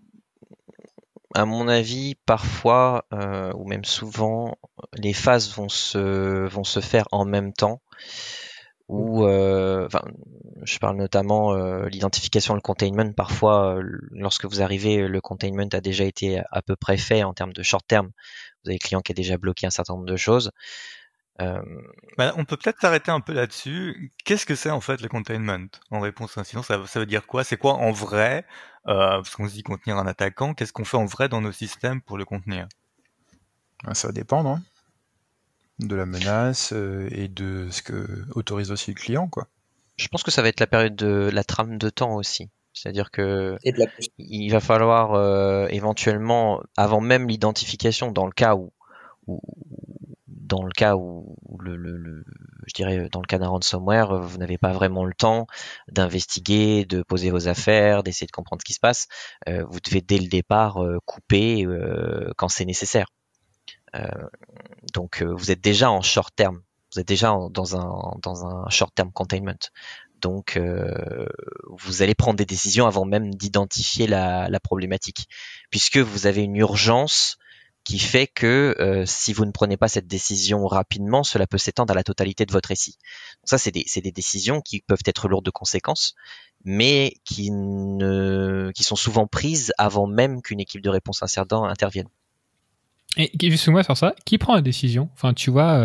à mon avis, parfois, euh, ou même souvent, les phases vont se vont se faire en même temps. Ou, euh, enfin, je parle notamment euh, l'identification, le containment. Parfois, euh, lorsque vous arrivez, le containment a déjà été à peu près fait en termes de short term. Vous avez le client qui a déjà bloqué un certain nombre de choses. Euh... Bah, on peut peut-être s'arrêter un peu là-dessus. Qu'est-ce que c'est en fait le containment en réponse à un incident? Ça, ça veut dire quoi? C'est quoi en vrai? Euh, parce qu'on se dit contenir un attaquant. Qu'est-ce qu'on fait en vrai dans nos systèmes pour le contenir? Ça va dépendre hein, de la menace euh, et de ce que autorise aussi le client, quoi. Je pense que ça va être la période de la trame de temps aussi. C'est-à-dire que et de la... il va falloir euh, éventuellement, avant même l'identification, dans le cas où, où dans le cas où le, le, le, je dirais dans le cas d'un ransomware, vous n'avez pas vraiment le temps d'investiguer, de poser vos affaires, d'essayer de comprendre ce qui se passe. Euh, vous devez dès le départ euh, couper euh, quand c'est nécessaire. Euh, donc euh, vous êtes déjà en short term, vous êtes déjà en, dans un dans un short term containment. Donc euh, vous allez prendre des décisions avant même d'identifier la, la problématique, puisque vous avez une urgence qui fait que euh, si vous ne prenez pas cette décision rapidement, cela peut s'étendre à la totalité de votre récit. Donc ça, c'est des, c'est des décisions qui peuvent être lourdes de conséquences, mais qui, ne, qui sont souvent prises avant même qu'une équipe de réponse incident intervienne. Et juste moi sur ça, qui prend la décision? Enfin, tu vois, euh,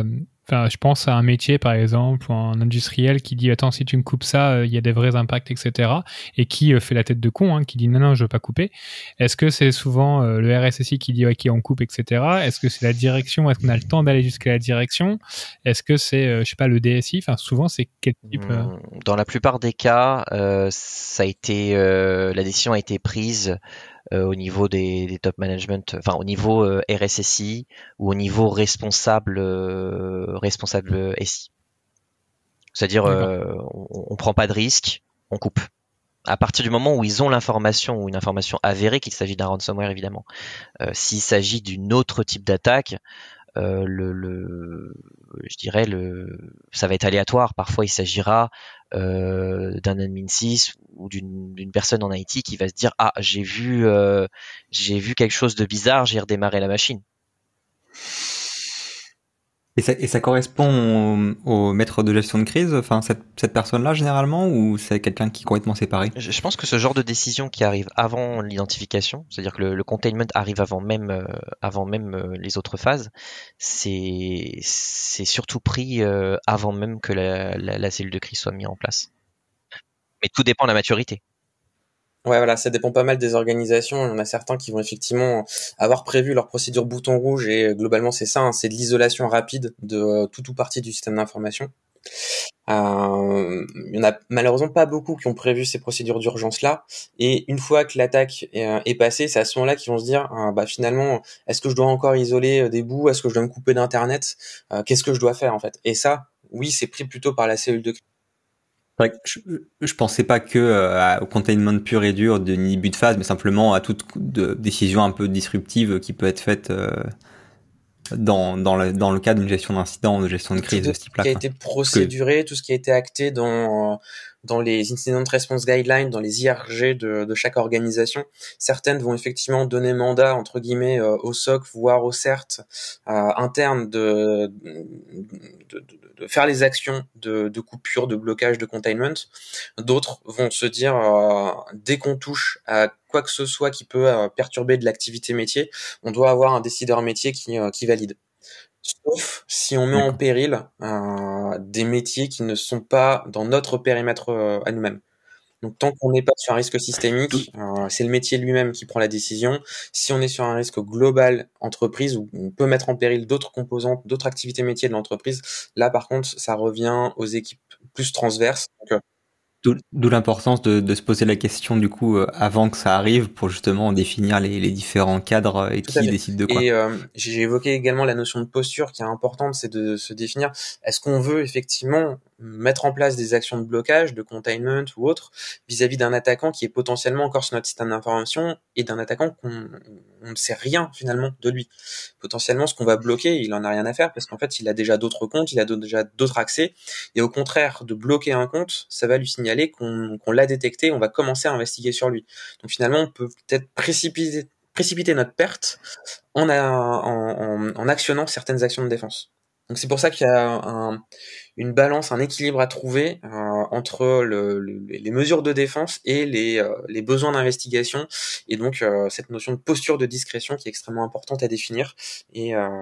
Enfin, je pense à un métier, par exemple, ou un industriel qui dit « Attends, si tu me coupes ça, il euh, y a des vrais impacts, et cetera » et qui euh, fait la tête de con, hein, qui dit « Non, non, je veux pas couper ». Est-ce que c'est souvent euh, le R S S I qui dit « Ok, on coupe, et cetera » Est-ce que c'est la direction? Est-ce qu'on a le temps d'aller jusqu'à la direction? Est-ce que c'est, euh, je sais pas, le D S I? Enfin, souvent, c'est quel type euh... Dans la plupart des cas, euh, ça a été, euh, la décision a été prise Euh, au niveau des, des top management, enfin au niveau euh, R S S I ou au niveau responsable euh, responsable S I. C'est-à-dire euh, on, on prend pas de risque, on coupe. À partir du moment où ils ont l'information ou une information avérée qu'il s'agit d'un ransomware évidemment. Euh, s'il s'agit d'une autre type d'attaque, euh, le, le je dirais le ça va être aléatoire. Parfois il s'agira euh, d'un admin six ou d'une, d'une personne en I T qui va se dire ah j'ai vu euh, j'ai vu quelque chose de bizarre, j'ai redémarré la machine. Et ça, et ça correspond au, au maître de gestion de crise, enfin cette, cette personne-là généralement, ou c'est quelqu'un qui est complètement séparé? Je, je pense que ce genre de décision qui arrive avant l'identification, c'est-à-dire que le, le containment arrive avant même euh, avant même euh, les autres phases, c'est c'est surtout pris euh, avant même que la, la, la cellule de crise soit mise en place. Mais tout dépend de la maturité. Ouais, voilà, ça dépend pas mal des organisations. Il y en a certains qui vont effectivement avoir prévu leur procédure bouton rouge et globalement c'est ça, hein, c'est de l'isolation rapide de euh, tout ou partie du système d'information. Euh, il y en a malheureusement pas beaucoup qui ont prévu ces procédures d'urgence là. Et une fois que l'attaque est, euh, est passée, c'est à ce moment-là qu'ils vont se dire, euh, bah finalement, est-ce que je dois encore isoler des bouts? Est-ce que je dois me couper d'internet? euh, Qu'est-ce que je dois faire en fait? Et ça, oui, c'est pris plutôt par la cellule de crise. Je, je pensais pas que euh, au containment pur et dur de ni but de phase, mais simplement à toute de, décision un peu disruptive qui peut être faite euh, dans dans le dans le cadre d'une gestion d'incident, de gestion de crise de ce type-là. Tout ce qui a été procéduré, tout ce qui a été acté dans dans les Incident Response Guidelines, dans les I R G de, de chaque organisation. Certaines vont effectivement donner mandat, entre guillemets, euh, au S O C, voire au C E R T euh, interne de, de, de, de faire les actions de, de coupure, de blocage, de containment. D'autres vont se dire, euh, dès qu'on touche à quoi que ce soit qui peut euh, perturber de l'activité métier, on doit avoir un décideur métier qui, euh, qui valide. Sauf si on met en péril euh, des métiers qui ne sont pas dans notre périmètre euh, à nous-mêmes. Donc tant qu'on n'est pas sur un risque systémique, euh, c'est le métier lui-même qui prend la décision. Si on est sur un risque global entreprise où on peut mettre en péril d'autres composantes, d'autres activités métiers de l'entreprise, là par contre ça revient aux équipes plus transverses. Donc, D'où, d'où l'importance de, de se poser la question du coup euh, avant que ça arrive pour justement définir les, les différents cadres et qui décide de quoi. Et euh, j'ai évoqué également la notion de posture qui est importante, c'est de se définir, est-ce qu'on veut effectivement mettre en place des actions de blocage, de containment ou autre vis-à-vis d'un attaquant qui est potentiellement encore sur notre système d'information et d'un attaquant qu'on on ne sait rien finalement de lui. Potentiellement ce qu'on va bloquer, il en a rien à faire parce qu'en fait il a déjà d'autres comptes, il a déjà d'autres accès et au contraire de bloquer un compte, ça va lui signaler qu'on, qu'on l'a détecté, on va commencer à investiguer sur lui. Donc finalement on peut peut-être précipiter précipiter notre perte en, a, en, en, en actionnant certaines actions de défense. Donc c'est pour ça qu'il y a un, une balance, un équilibre à trouver euh, entre le, le, les mesures de défense et les, euh, les besoins d'investigation, et donc euh, cette notion de posture de discrétion qui est extrêmement importante à définir. Et euh,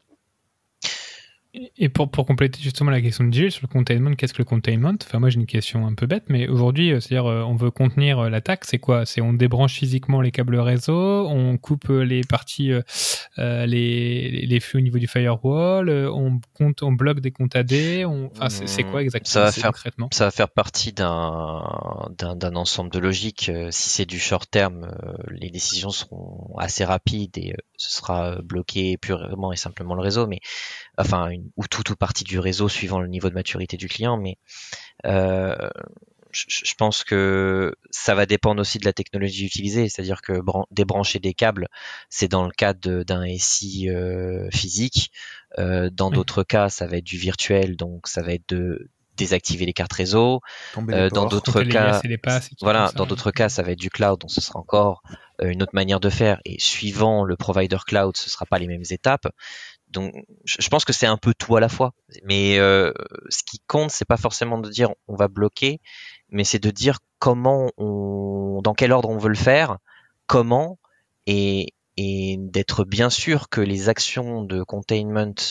Et pour, pour compléter justement la question de Gilles sur le containment, qu'est-ce que le containment? Enfin, moi j'ai une question un peu bête, mais aujourd'hui, c'est-à-dire on veut contenir l'attaque, c'est quoi? C'est on débranche physiquement les câbles réseau, on coupe les parties, euh, les, les flux au niveau du firewall, on compte, on bloque des comptes A D, on... enfin c'est, c'est quoi exactement ça va faire, concrètement? Ça va faire partie d'un, d'un, d'un ensemble de logiques. Si c'est du short terme, les décisions seront assez rapides et ce sera bloqué purement et simplement le réseau, mais enfin une, ou tout ou partie du réseau suivant le niveau de maturité du client, mais euh, je, je pense que ça va dépendre aussi de la technologie utilisée, c'est-à-dire que bran- débrancher des câbles, c'est dans le cadre de, d'un S I euh, physique, euh, dans oui. d'autres cas ça va être du virtuel, donc ça va être de désactiver les cartes réseau, euh, dans d'autres cas passes, voilà, dans d'autres cas ça va être du cloud, donc ce sera encore euh, une autre manière de faire, et suivant le provider cloud ce sera pas les mêmes étapes. Donc, je pense que c'est un peu tout à la fois. Mais euh, ce qui compte, c'est pas forcément de dire on va bloquer, mais c'est de dire comment on, dans quel ordre on veut le faire, comment, et, et d'être bien sûr que les actions de containment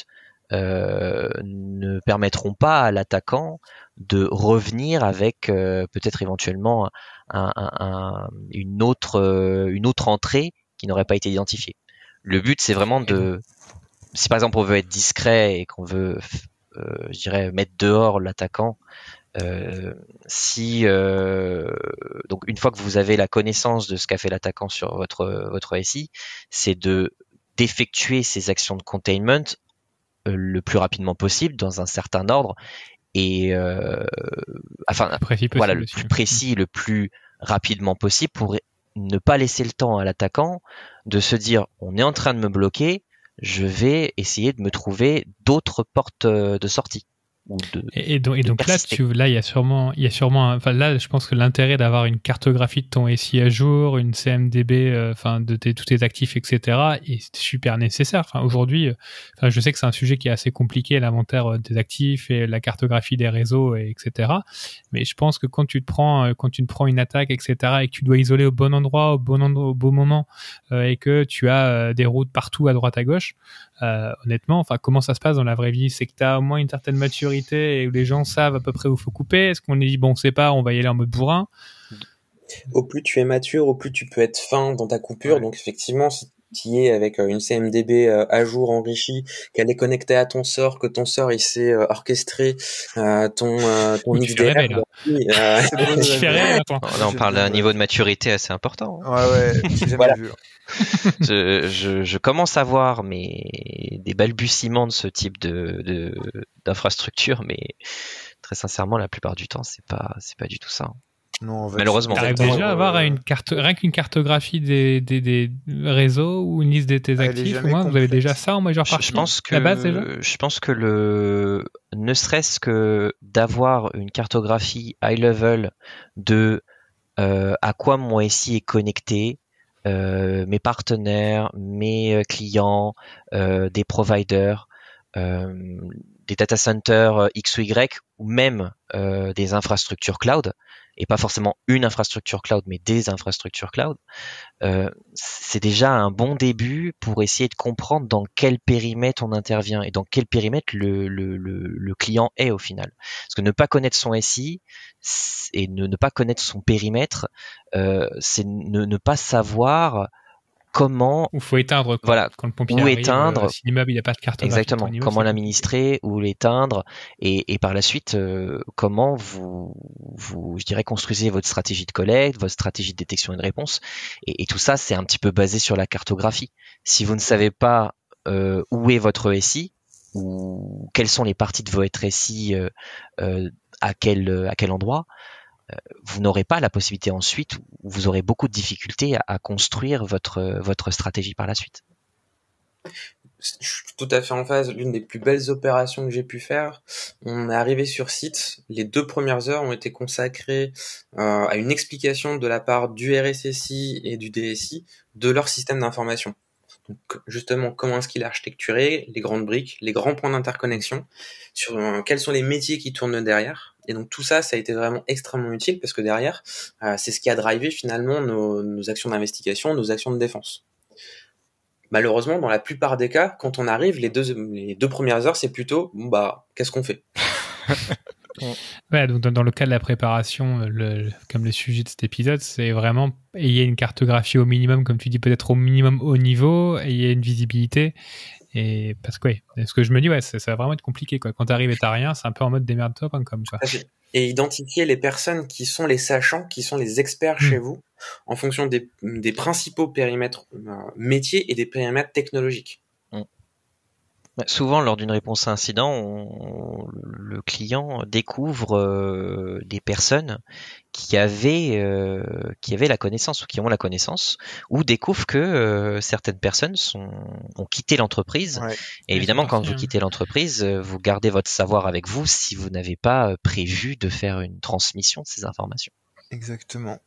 euh, ne permettront pas à l'attaquant de revenir avec euh, peut-être éventuellement un, un, un, une autre euh, une autre entrée qui n'aurait pas été identifiée. Le but, c'est vraiment de, si par exemple on veut être discret et qu'on veut, euh, je dirais, mettre dehors l'attaquant, euh, si euh, donc une fois que vous avez la connaissance de ce qu'a fait l'attaquant sur votre votre S I, c'est de d'effectuer ces actions de containment euh, le plus rapidement possible dans un certain ordre et euh, enfin Précis voilà possible le aussi. plus précis, le plus rapidement possible pour ne pas laisser le temps à l'attaquant de se dire on est en train de me bloquer, je vais essayer de me trouver d'autres portes de sortie. Ou de, Et, et donc, et de donc là, persister. tu, là, il y a sûrement, il y a sûrement, un- enfin là, je pense que l'intérêt d'avoir une cartographie de ton S I à jour, une C M D B, euh, enfin de tes, tous tes actifs, et cetera, est super nécessaire. Enfin aujourd'hui, euh, enfin je sais que c'est un sujet qui est assez compliqué, l'inventaire euh, des actifs et la cartographie des réseaux, et etc. Mais je pense que quand tu te prends, euh, quand tu te prends une attaque, et cetera, et que tu dois isoler au bon endroit, au bon endroit, au bon moment, euh, et que tu as euh, des routes partout à droite à gauche. Euh, honnêtement, enfin, comment ça se passe dans la vraie vie? C'est que tu as au moins une certaine maturité et où les gens savent à peu près où il faut couper. Est-ce qu'on est dit, bon, on sait pas, on va y aller en mode bourrin? Au plus tu es mature, au plus tu peux être fin dans ta coupure. Ouais. Donc effectivement, si tu y es avec une C M D B à jour, enrichie, qu'elle est connectée à ton sort, que ton sort il s'est orchestré euh, ton euh, ton Oui, tu X fais D R, rêver, là. oui, euh, C'est bon, Je fais rien, attends. Là, on parle d'un niveau de maturité assez important. Ouais, ouais, j'ai jamais Voilà. vu. je, je, je commence à voir mais des balbutiements de ce type de, de d'infrastructure, mais très sincèrement, la plupart du temps, c'est pas c'est pas du tout ça. Non, on va Malheureusement. T'arrives Exactement, déjà à euh, avoir une carte, rien qu'une cartographie des, des, des réseaux ou une liste de tes Elle est actifs, au jamais moins, vous avez complète. déjà ça en majeure Je, partie. je pense que La base déjà. je pense que le ne serait-ce que d'avoir une cartographie high level de euh, à quoi mon S I est connecté, euh, mes partenaires, mes clients, euh, des providers, euh, des data centers X ou Y, ou même euh, des infrastructures cloud, et pas forcément une infrastructure cloud, mais des infrastructures cloud, euh, c'est déjà un bon début pour essayer de comprendre dans quel périmètre on intervient et dans quel périmètre le, le, le, le client est au final. Parce que ne pas connaître son S I et ne, ne pas connaître son périmètre, euh, c'est ne, ne pas savoir comment Ou faut éteindre quand, Voilà. quand le pompier Où arrive, éteindre. euh, si l'immeuble il n'a pas de cartographie. exactement de ton immeuble, comment c'est l'administrer ou l'éteindre et, et par la suite euh, comment vous vous je dirais construisez votre stratégie de collecte, votre stratégie de détection et de réponse et, et tout ça c'est un petit peu basé sur la cartographie. Si vous ne savez pas euh, où est votre S I ou quelles sont les parties de votre S I euh, euh, à quel à quel endroit, vous n'aurez pas la possibilité ensuite, ou vous aurez beaucoup de difficultés à, à construire votre votre stratégie par la suite. Je suis tout à fait en phase. L'une des plus belles opérations que j'ai pu faire, on est arrivé sur site. Les deux premières heures ont été consacrées euh, à une explication de la part du R S S I et du D S I de leur système d'information. Donc, justement, comment est-ce qu'il est architecturé, les grandes briques, les grands points d'interconnexion, sur euh, quels sont les métiers qui tournent derrière. Et donc tout ça, ça a été vraiment extrêmement utile parce que derrière, euh, c'est ce qui a drivé finalement nos, nos actions d'investigation, nos actions de défense. Malheureusement, dans la plupart des cas, quand on arrive, les deux, les deux premières heures, c'est plutôt, bon, bah, qu'est-ce qu'on fait? Ouais, donc dans, dans le cas de la préparation, le, comme le sujet de cet épisode, c'est vraiment ayez une cartographie au minimum, comme tu dis, peut-être au minimum haut niveau, ayez une visibilité. Et parce que, ouais, ce que je me dis, ouais, ça, ça va vraiment être compliqué, quoi. Quand t'arrives et t'as rien, c'est un peu en mode démerde-toi, hein, comme quoi. Et identifier les personnes qui sont les sachants, qui sont les experts mmh. chez vous, en fonction des, des principaux périmètres euh, métiers et des périmètres technologiques. Mmh. Souvent, lors d'une réponse à incident, on, le client découvre euh, des personnes qui avaient euh, qui avaient la connaissance ou qui ont la connaissance, ou découvre que euh, certaines personnes sont, ont quitté l'entreprise. Ouais. Et évidemment, quand vous quittez l'entreprise, vous gardez votre savoir avec vous si vous n'avez pas prévu de faire une transmission de ces informations. Exactement.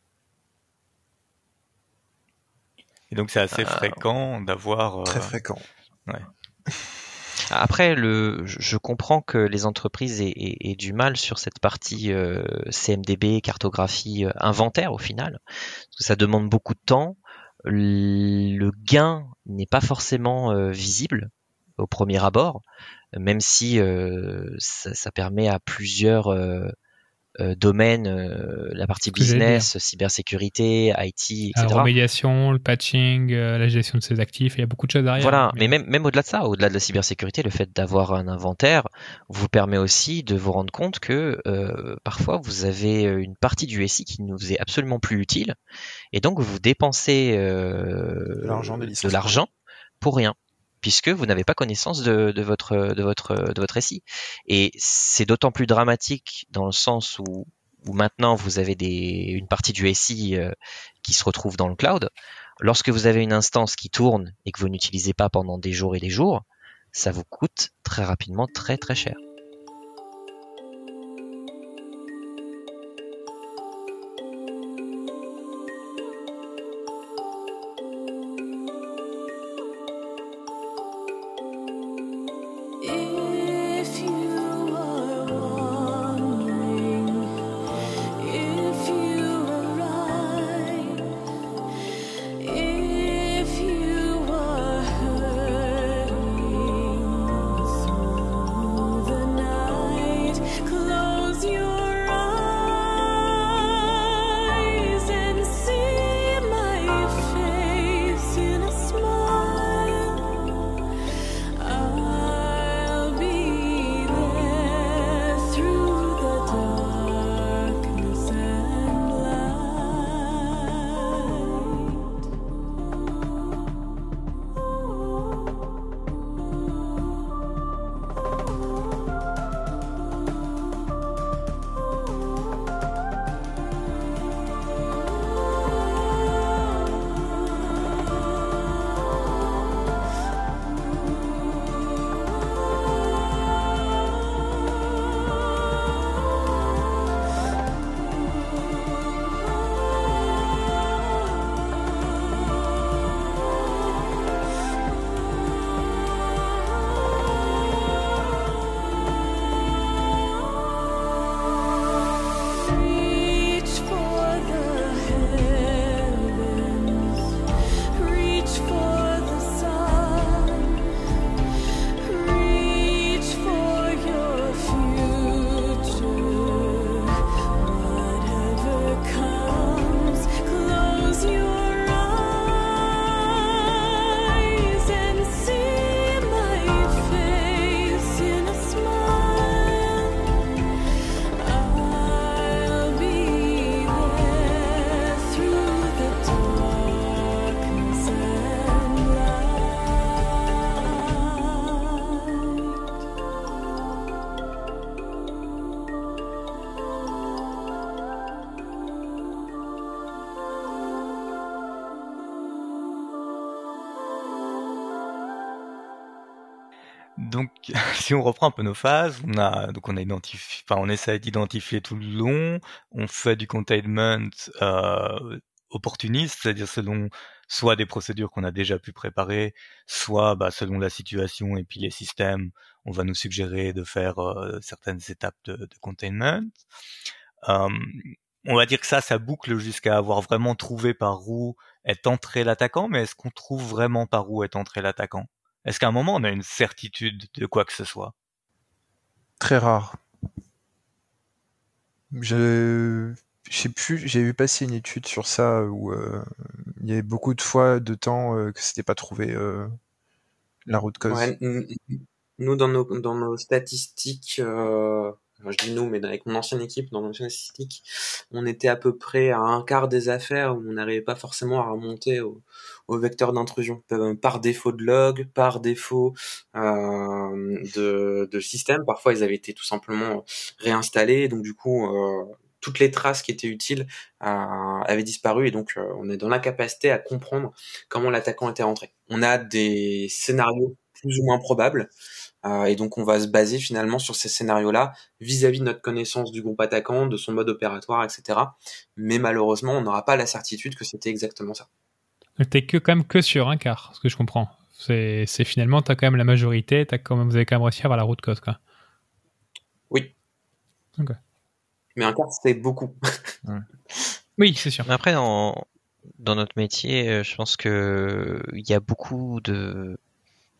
Et donc, c'est assez euh, fréquent d'avoir... Euh... Très fréquent. Ouais. Après, le, je comprends que les entreprises aient, aient, aient du mal sur cette partie euh, C M D B, cartographie, euh, inventaire au final, parce que ça demande beaucoup de temps. Le gain n'est pas forcément euh, visible au premier abord, même si euh, ça, ça permet à plusieurs euh, euh, domaines, euh, la partie Ce que j'allais business, cybersécurité, I T, et La cetera. remédiation, le patching, euh, la gestion de ses actifs, il y a beaucoup de choses derrière. Voilà, mais même, même au-delà de ça, au-delà de la cybersécurité, le fait d'avoir un inventaire vous permet aussi de vous rendre compte que euh, parfois vous avez une partie du S I qui ne vous est absolument plus utile, et donc vous dépensez euh, De l'argent, des de licences. l'argent pour rien, puisque vous n'avez pas connaissance de, de votre de votre de votre S I. Et c'est d'autant plus dramatique dans le sens où où maintenant vous avez des une partie du S I euh, qui se retrouve dans le cloud. Lorsque vous avez une instance qui tourne et que vous n'utilisez pas pendant des jours et des jours, ça vous coûte très rapidement très très cher. If you are wandering, if you are right, if you are hurting through the night, close your eyes and see my face in a smile. I'll be there through the darkness and reach for the heavens, reach for the sun, reach for your future. Whatever comes, close your eyes and see my face in a smile. I'll be there through the darkness and light. Donc, si on reprend un peu nos phases, on a donc on a identifié, enfin on essaie d'identifier tout le long, on fait du containment euh, opportuniste, c'est-à-dire selon soit des procédures qu'on a déjà pu préparer, soit bah, selon la situation et puis les systèmes, on va nous suggérer de faire euh, certaines étapes de, de containment. Euh, on va dire que ça, ça boucle jusqu'à avoir vraiment trouvé par où est entré l'attaquant, mais est-ce qu'on trouve vraiment par où est entré l'attaquant? Est-ce qu'à un moment on a une certitude de quoi que ce soit? Très rare. Je je sais plus, j'ai vu passer une étude sur ça où euh, il y avait beaucoup de fois de temps euh, que c'était pas trouvé euh, la route cause. Ouais, n- n- nous, dans nos, dans nos statistiques, euh, enfin, je dis nous, mais avec mon ancienne équipe, dans nos anciennes statistiques, on était à peu près à un quart des affaires où on n'arrivait pas forcément à remonter au, au vecteur d'intrusion, Euh, par défaut de log, par défaut euh, de, de système. Parfois, ils avaient été tout simplement réinstallés, donc du coup, euh, toutes les traces qui étaient utiles euh, avaient disparu, et donc euh, on est dans l'incapacité à comprendre comment l'attaquant était rentré. On a des scénarios plus ou moins probables, euh, et donc on va se baser finalement sur ces scénarios-là vis-à-vis de notre connaissance du groupe attaquant, de son mode opératoire, et cetera. Mais malheureusement, on n'aura pas la certitude que c'était exactement ça. Donc t'es que quand même que sur un quart, ce que je comprends. C'est, c'est finalement t'as quand même la majorité, t'as quand même, vous avez quand même réussi à avoir la route cause, quoi. Oui. Ok. Mais un quart, c'est beaucoup. Oui, c'est sûr. Mais après, dans, dans notre métier, euh, je pense que il y a beaucoup de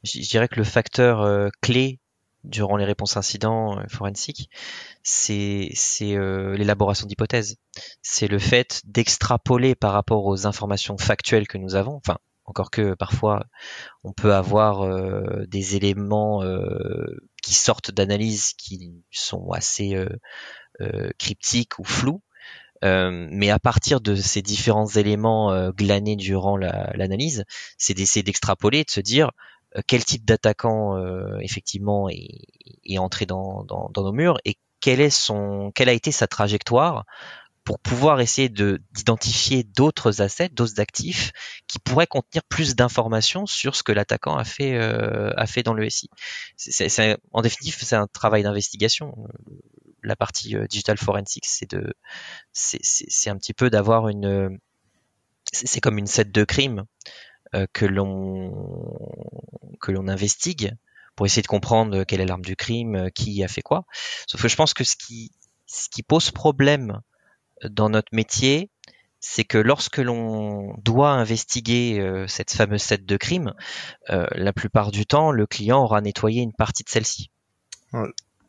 je je dirais que le facteur euh, clé durant les réponses incidents euh, forensiques, c'est c'est euh, l'élaboration d'hypothèses. C'est le fait d'extrapoler par rapport aux informations factuelles que nous avons. Enfin, encore que parfois on peut avoir euh, des éléments euh, qui sortent d'analyse qui sont assez euh, euh, cryptiques ou flous. Euh, mais à partir de ces différents éléments euh, glanés durant la- l'analyse, c'est d'essayer d'extrapoler, de se dire euh, quel type d'attaquant euh, effectivement est, est entré dans, dans, dans nos murs et quel est son, quelle a été sa trajectoire pour pouvoir essayer de d'identifier d'autres assets, d'autres actifs qui pourraient contenir plus d'informations sur ce que l'attaquant a fait euh, a fait dans le S I. C'est, c'est, c'est- en définitive, c'est un travail d'investigation. La partie euh, digital forensics, c'est de c'est, c'est, c'est un petit peu d'avoir une c'est, c'est comme une scène de crime euh, que l'on que l'on investigue pour essayer de comprendre quelle est l'arme du crime, euh, qui a fait quoi. Sauf que je pense que ce qui ce qui pose problème dans notre métier, c'est que lorsque l'on doit investiguer euh, cette fameuse scène de crime, euh, la plupart du temps, le client aura nettoyé une partie de celle-ci. Ouais.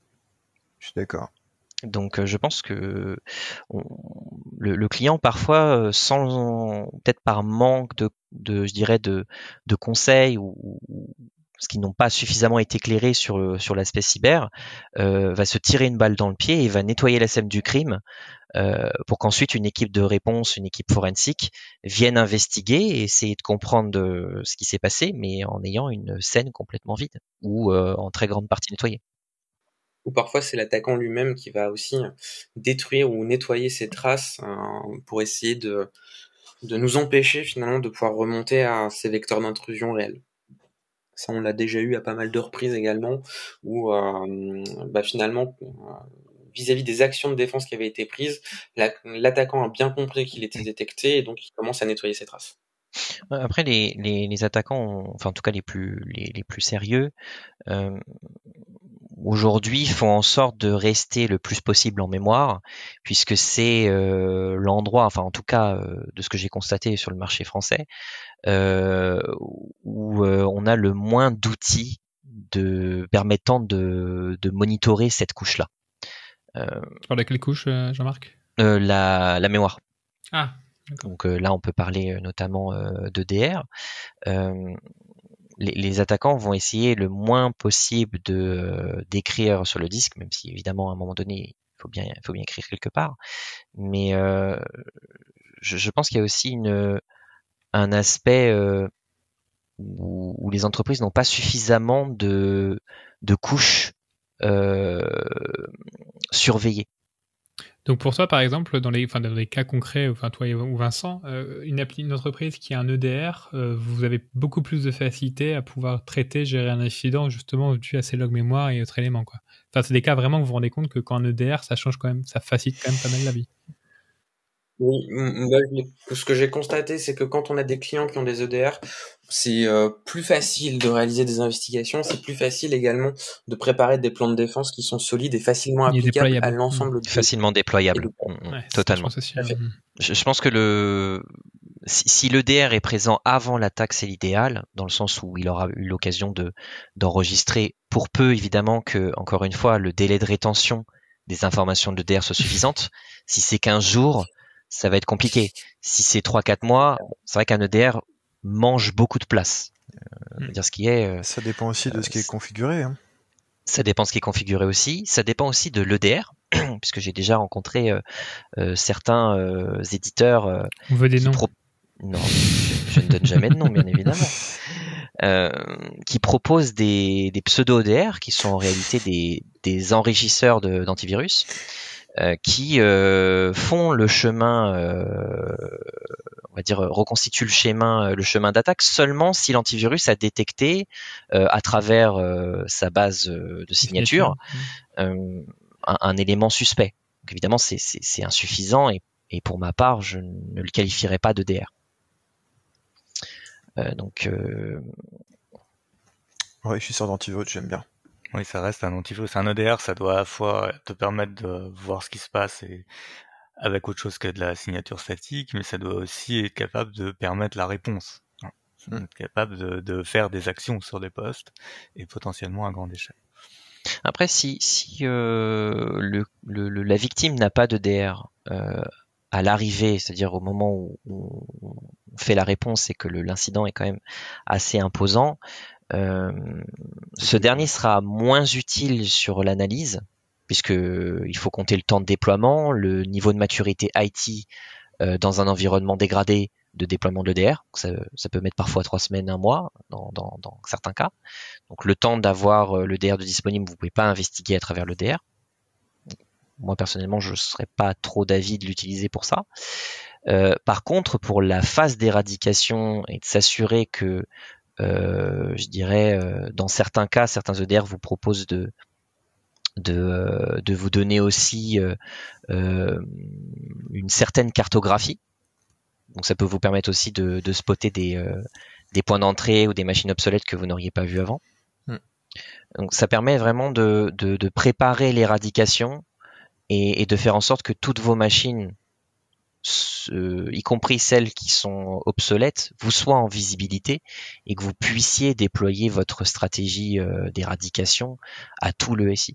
Je suis d'accord. Donc, euh, je pense que on- le, le client parfois, euh, sans peut-être par manque de, de je dirais, de, de conseils ou, ou parce qu'ils n'ont pas suffisamment été éclairés sur sur l'aspect cyber, euh, va se tirer une balle dans le pied et va nettoyer la scène du crime euh, pour qu'ensuite une équipe de réponse, une équipe forensique vienne investiguer et essayer de comprendre de ce qui s'est passé, mais en ayant une scène complètement vide ou euh, en très grande partie nettoyée. Ou parfois c'est l'attaquant lui-même qui va aussi détruire ou nettoyer ses traces euh, pour essayer de, de nous empêcher finalement de pouvoir remonter à ces vecteurs d'intrusion réels. Ça, on l'a déjà eu à pas mal de reprises également, où euh, bah, finalement, euh, vis-à-vis des actions de défense qui avaient été prises, la- l'attaquant a bien compris qu'il était détecté et donc il commence à nettoyer ses traces. Après, les, les, les attaquants, ont- enfin en tout cas les plus les, les plus sérieux, euh, aujourd'hui font en sorte de rester le plus possible en mémoire, puisque c'est euh, l'endroit, enfin en tout cas euh, de ce que j'ai constaté sur le marché français, euh, où euh, on a le moins d'outils de permettant de, de monitorer cette couche-là. Euh, Tu parles de quelle couche, euh, Jean-Marc? euh, la, la mémoire. Ah, Donc euh, là, on peut parler euh, notamment euh, d'E D R. Euh, les, les attaquants vont essayer le moins possible de euh, d'écrire sur le disque, même si évidemment à un moment donné, il faut bien, il faut bien écrire quelque part. Mais euh, je, je pense qu'il y a aussi une, un aspect euh, où, où les entreprises n'ont pas suffisamment de, de couches euh, surveillées. donc pour toi, par exemple, dans les, enfin, dans les cas concrets, enfin toi et- ou Vincent, euh, une, appli- une entreprise qui a un E D R, euh, vous avez beaucoup plus de facilité à pouvoir traiter, gérer un incident justement dû à ces logs mémoire et autres éléments, quoi. Enfin, c'est des cas vraiment où vous vous rendez compte que quand un E D R, ça change quand même, ça facilite quand même pas mal la vie. Oui, m- moi, je- ce que j'ai constaté, c'est que quand on a des clients qui ont des E D R, c'est euh, plus facile de réaliser des investigations, c'est plus facile également de préparer des plans de défense qui sont solides et facilement Il est applicables à déployable. l'ensemble du Facilement déployable. Et Mm, mm, Ouais, c'est- totalement. Je pense aussi, Tout à fait. hein. Je, je pense que le si, si l'E D R est présent avant l'attaque, c'est l'idéal, dans le sens où il aura eu l'occasion de d'enregistrer, pour peu évidemment que, encore une fois, le délai de rétention des informations de l'E D R soit suffisante. Si c'est quinze jours, ça va être compliqué. Si c'est trois quatre mois, bon, c'est vrai qu'un E D R mange beaucoup de place. Euh, on va dire ce qui est. euh, Ça dépend aussi de ce qui est c'est- configuré. Hein. Ça dépend ce qui est configuré aussi. Ça dépend aussi de l'E D R, puisque j'ai déjà rencontré euh, euh, certains euh, éditeurs euh, On veut des qui noms. pro- non, je, je ne donne jamais de nom, bien évidemment, euh, qui proposent des, des pseudo-O D R qui sont en réalité des, des enrichisseurs de- d'antivirus euh, qui euh, font le chemin, euh, on va dire, reconstituent le chemin, le chemin d'attaque seulement si l'antivirus a détecté euh, à travers euh, sa base euh, de signature euh, un, un élément suspect. Donc évidemment, c'est, c'est, c'est insuffisant et, et pour ma part, je ne le qualifierais pas d'E D R. Euh, donc, euh, Ouais, je suis sur d'antivirus, j'aime bien. Oui, ça reste un antivirus. Un E D R, ça doit à la fois te permettre de voir ce qui se passe et avec autre chose que de la signature statique, mais ça doit aussi être capable de permettre la réponse. Mm. être capable de, de faire des actions sur des postes et potentiellement à grande échelle. Après, si, si euh, le, le, le- la victime n'a pas de D R euh, à l'arrivée, c'est-à-dire au moment où, où on fait la réponse et que le- l'incident est quand même assez imposant, euh, ce dernier sera moins utile sur l'analyse, puisque il faut compter le temps de déploiement, le niveau de maturité I T euh, dans un environnement dégradé de déploiement de l'E D R. Ça, ça peut mettre parfois trois semaines, un mois, dans, dans, dans certains cas. Donc le temps d'avoir euh, le D R de disponible, vous pouvez pas investiguer à travers le D R. Moi personnellement, je ne serais pas trop d'avis de l'utiliser pour ça. Euh, par contre, pour la phase d'éradication et de s'assurer que, euh, je dirais, euh, dans certains cas, certains E D R vous proposent de de, euh, de vous donner aussi euh, euh, une certaine cartographie. Donc ça peut vous permettre aussi de, de spotter des, euh, des points d'entrée ou des machines obsolètes que vous n'auriez pas vues avant. Mm. Donc ça permet vraiment de, de, de préparer l'éradication et, et de faire en sorte que toutes vos machines, euh, y compris celles qui sont obsolètes, vous soient en visibilité et que vous puissiez déployer votre stratégie euh, d'éradication à tout le S I.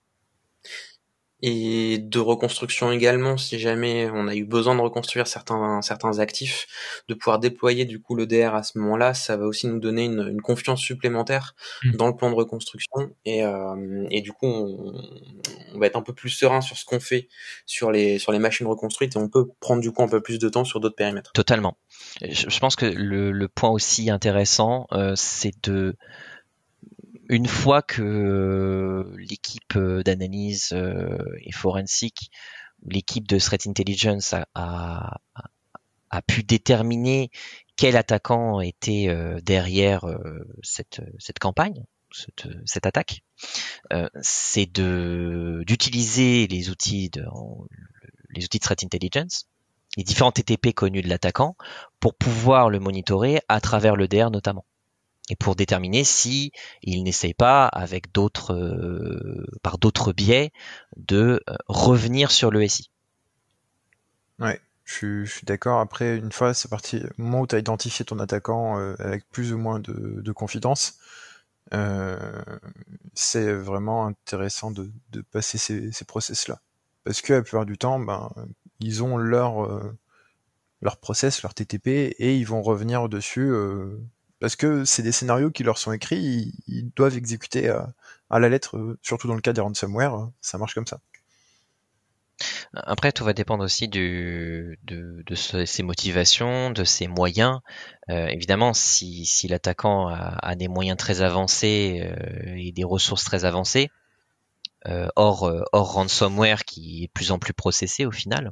Et de reconstruction également, si jamais on a eu besoin de reconstruire certains certains actifs, de pouvoir déployer du coup le D R à ce moment-là, ça va aussi nous donner une, une confiance supplémentaire Mm. dans le plan de reconstruction et euh, et du coup on, on va être un peu plus serein sur ce qu'on fait sur les sur les machines reconstruites et on peut prendre du coup un peu plus de temps sur d'autres périmètres. Totalement. Je, je pense que le, le point aussi intéressant, euh, c'est de une fois que euh, l'équipe euh, d'analyse euh, et forensique, l'équipe de Threat Intelligence a, a, a pu déterminer quel attaquant était euh, derrière euh, cette, cette campagne, cette, cette attaque, euh, c'est de d'utiliser les outils de les outils de Threat Intelligence, les différents T T P connus de l'attaquant, pour pouvoir le monitorer à travers le D R notamment. Et pour déterminer si il n'essaye pas, avec d'autres, euh, par d'autres biais, de euh, revenir sur le S I. Ouais, je suis, je suis d'accord. Après, une fois, c'est parti. Au moment où tu as identifié ton attaquant euh, avec plus ou moins de, de confidence, euh, c'est vraiment intéressant de, de passer ces, ces process-là. Parce que la plupart du temps, ben, ils ont leur, euh, leur process, leur T T P, et ils vont revenir dessus. Euh, parce que c'est des scénarios qui leur sont écrits, ils, ils doivent exécuter à, à la lettre, euh, surtout dans le cas des ransomware, ça marche comme ça. Après, tout va dépendre aussi du, de, de ce- ses motivations, de ses moyens. Euh, évidemment, si, si l'attaquant a, a des moyens très avancés euh, et des ressources très avancées, euh, hors, euh, hors ransomware qui est de plus en plus processé au final,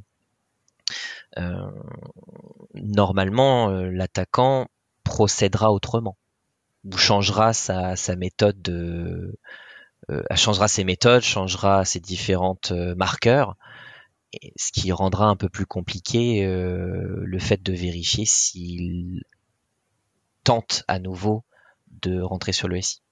euh, normalement, euh, l'attaquant procédera autrement, ou changera sa, sa méthode de, euh, changera ses méthodes, changera ses différentes euh, marqueurs, et ce qui rendra un peu plus compliqué euh, le fait de vérifier s'il tente à nouveau de rentrer sur le S I.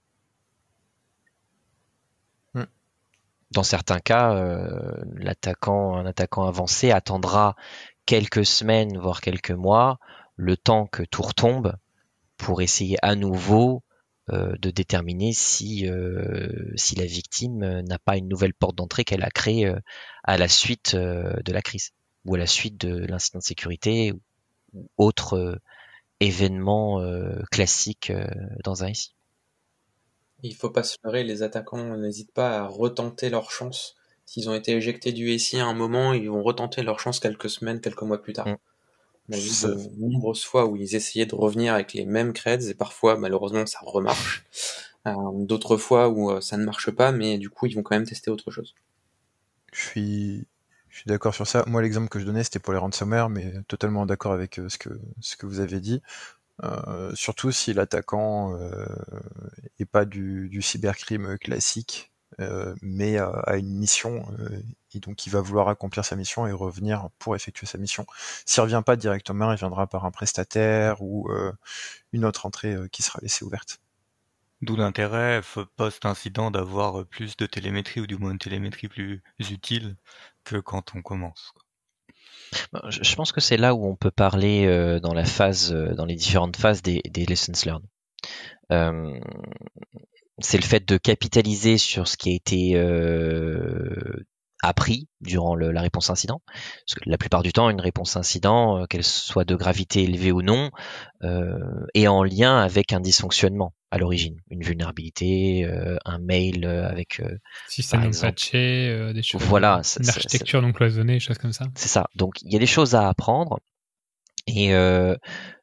Hmm. Dans certains cas, euh, l'attaquant, un attaquant avancé attendra quelques semaines, voire quelques mois, le temps que tout retombe, pour essayer à nouveau euh, de déterminer si euh, si la victime euh, n'a pas une nouvelle porte d'entrée qu'elle a créée euh, à la suite euh, de la crise ou à la suite de l'incident de sécurité ou autre euh, événement euh, classique euh, dans un S I. Il faut pas se leurrer, les attaquants n'hésitent pas à retenter leur chance. S'ils ont été éjectés du S I à un moment, ils vont retenter leur chance quelques semaines, quelques mois plus tard. Mm. On a vu Ça- de nombreuses fois où ils essayaient de revenir avec les mêmes creds et parfois, malheureusement, ça remarche. Euh, d'autres fois où euh, ça ne marche pas, mais du coup, ils vont quand même tester autre chose. Je suis, je suis d'accord sur ça. Moi, l'exemple que je donnais, c'était pour les ransomware, mais totalement d'accord avec euh, ce que ce que vous avez dit. Euh, surtout si l'attaquant euh, est pas du, du cybercrime classique, euh, mais a, a une mission, euh, et donc il va vouloir accomplir sa mission et revenir pour effectuer sa mission. S'il revient pas directement, il viendra par un prestataire ou euh, une autre entrée euh, qui sera laissée ouverte. D'où l'intérêt f- post-incident d'avoir euh, plus de télémétrie ou du moins une télémétrie plus utile que quand on commence. Je je pense que c'est là où on peut parler euh, dans la phase, euh, dans les différentes phases des, des lessons learned. Euh, c'est le fait de capitaliser sur ce qui a été euh, appris durant le, la réponse incident. Parce que la plupart du temps, une réponse incident, euh, qu'elle soit de gravité élevée ou non, euh, est en lien avec un dysfonctionnement à l'origine, une vulnérabilité, euh, un mail euh, avec euh, Système par non exemple. patché, euh, des choses. Voilà, une c'est- c'est- architecture non cloisonnée, des choses comme ça. c'est ça. Donc il y a des choses à apprendre et euh,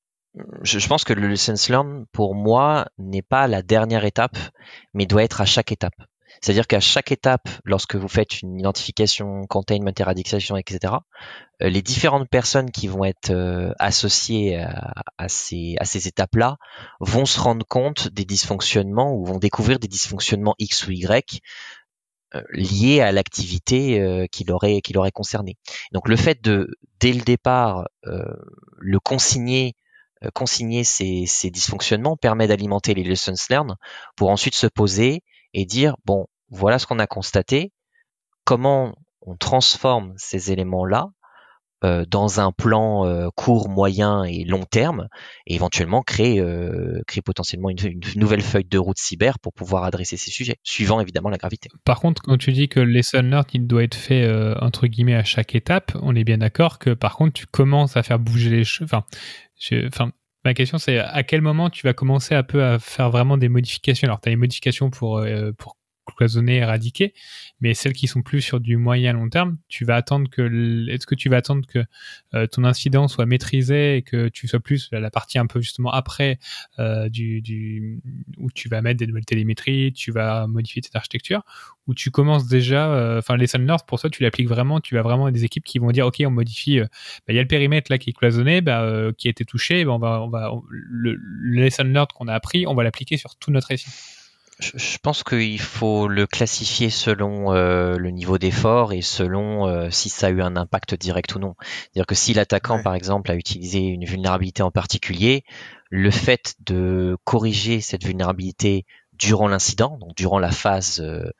je, je pense que le lessons learned pour moi n'est pas la dernière étape, mais doit être à chaque étape. C'est-à-dire qu'à chaque étape, lorsque vous faites une identification, containment, éradication, et cetera, euh, les différentes personnes qui vont être euh, associées à, à ces, à ces étapes-là vont se rendre compte des dysfonctionnements ou vont découvrir des dysfonctionnements X ou Y euh, liés à l'activité euh, qui l'aurait qui l'aurait concerné. Donc le fait de dès le départ euh, le consigner euh, consigner ces, ces dysfonctionnements permet d'alimenter les lessons learned pour ensuite se poser et dire bon voilà ce qu'on a constaté, comment on transforme ces éléments-là euh, dans un plan euh, court, moyen et long terme, et éventuellement créer, euh, créer potentiellement une, une nouvelle feuille de route cyber pour pouvoir adresser ces sujets, suivant évidemment la gravité. Par contre, quand tu dis que le lesson learned, il doit être fait euh, entre guillemets à chaque étape, on est bien d'accord que par contre, tu commences à faire bouger les choses. Enfin, je- enfin, ma question c'est à quel moment tu vas commencer un peu à faire vraiment des modifications. Alors, tu as les modifications pour euh, pour cloisonner, éradiquer, mais celles qui sont plus sur du moyen long terme, tu vas attendre que l- est-ce que tu vas attendre que euh, ton incident soit maîtrisé et que tu sois plus à la partie un peu justement après euh, du, du où tu vas mettre des nouvelles télémétries, tu vas modifier cette architecture, où tu commences déjà, euh, enfin les lesson learned pour toi tu l'appliques vraiment, tu vas vraiment à des équipes qui vont dire ok on modifie, euh, bah, il y a le périmètre là qui est cloisonné, bah, euh, qui a été touché, bah, on va on va on- le, le lesson learned qu'on a appris, on va l'appliquer sur tout notre récit. Je, je pense qu'il faut le classifier selon euh, le niveau d'effort et selon euh, si ça a eu un impact direct ou non. C'est-à-dire que si l'attaquant, Ouais. par exemple, a utilisé une vulnérabilité en particulier, le fait de corriger cette vulnérabilité durant l'incident, donc durant la phase euh,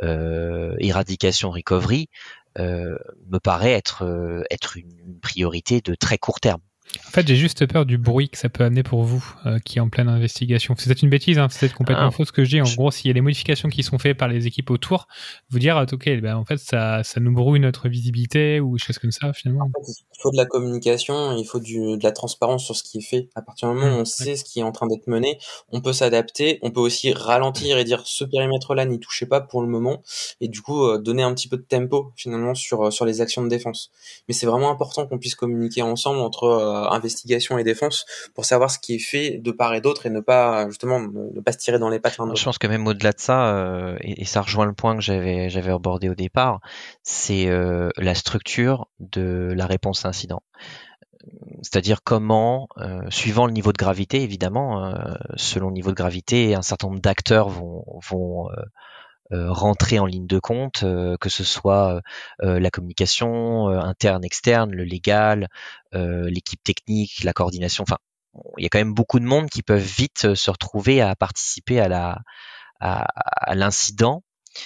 euh, éradication recovery, euh, me paraît être euh, être une priorité de très court terme. En fait, j'ai juste peur du bruit que ça peut amener pour vous, euh, qui est en pleine investigation. C'est peut-être une bêtise, hein, c'est peut-être complètement Ah. faux ce que je dis. En Je- gros, s'il y a des modifications qui sont faites par les équipes autour, vous dire, ah, ok, ben, en fait, ça, ça nous brouille notre visibilité ou des choses comme ça, finalement. En fait, il faut de la communication, il faut du, de la transparence sur ce qui est fait. À partir du moment où Mmh, on sait ce qui est en train d'être mené, on peut s'adapter, on peut aussi ralentir et dire ce périmètre-là n'y touchez pas pour le moment, et du coup euh, donner un petit peu de tempo finalement sur sur les actions de défense. Mais c'est vraiment important qu'on puisse communiquer ensemble entre euh, investigation et défense pour savoir ce qui est fait de part et d'autre et ne pas justement ne, ne pas se tirer dans les pattes l'un de Je l'autre. pense que même au-delà de ça, euh, et, et ça rejoint le point que j'avais j'avais abordé au départ, c'est euh, la structure de la réponse à incident. C'est-à-dire comment, euh, suivant le niveau de gravité, évidemment, euh, selon le niveau de gravité, un certain nombre d'acteurs vont, vont euh, euh, rentrer en ligne de compte, euh, que ce soit euh, la communication euh, interne, externe, le légal, euh, l'équipe technique, la coordination. Enfin, il y a quand même beaucoup de monde qui peuvent vite euh, se retrouver à participer à la à, à l'incident.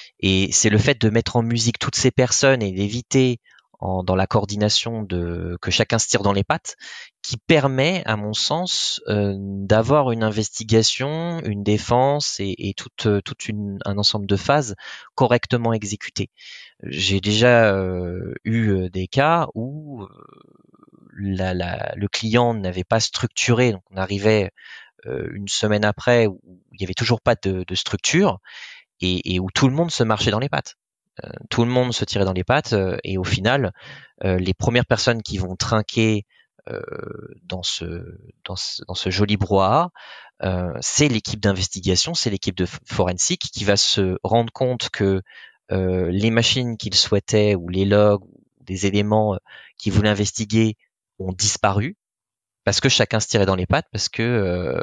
Et c'est le fait de mettre en musique toutes ces personnes et d'éviter en, dans la coordination de que chacun se tire dans les pattes, qui permet, à mon sens, euh, d'avoir une investigation, une défense et, et toute, toute une, un ensemble de phases correctement exécutées. J'ai déjà euh, eu des cas où la, la, le client n'avait pas structuré, donc on arrivait euh, une semaine après où il n'y avait toujours pas de, de structure et, et où tout le monde se marchait dans les pattes. Euh, tout le monde se tirait dans les pattes euh, et au final, euh, les premières personnes qui vont trinquer euh, dans ce dans ce dans ce joli brouhaha, euh, c'est l'équipe d'investigation, c'est l'équipe de forensique qui va se rendre compte que euh, les machines qu'ils souhaitaient ou les logs ou des éléments qu'ils voulaient investiguer ont disparu parce que chacun se tirait dans les pattes, parce que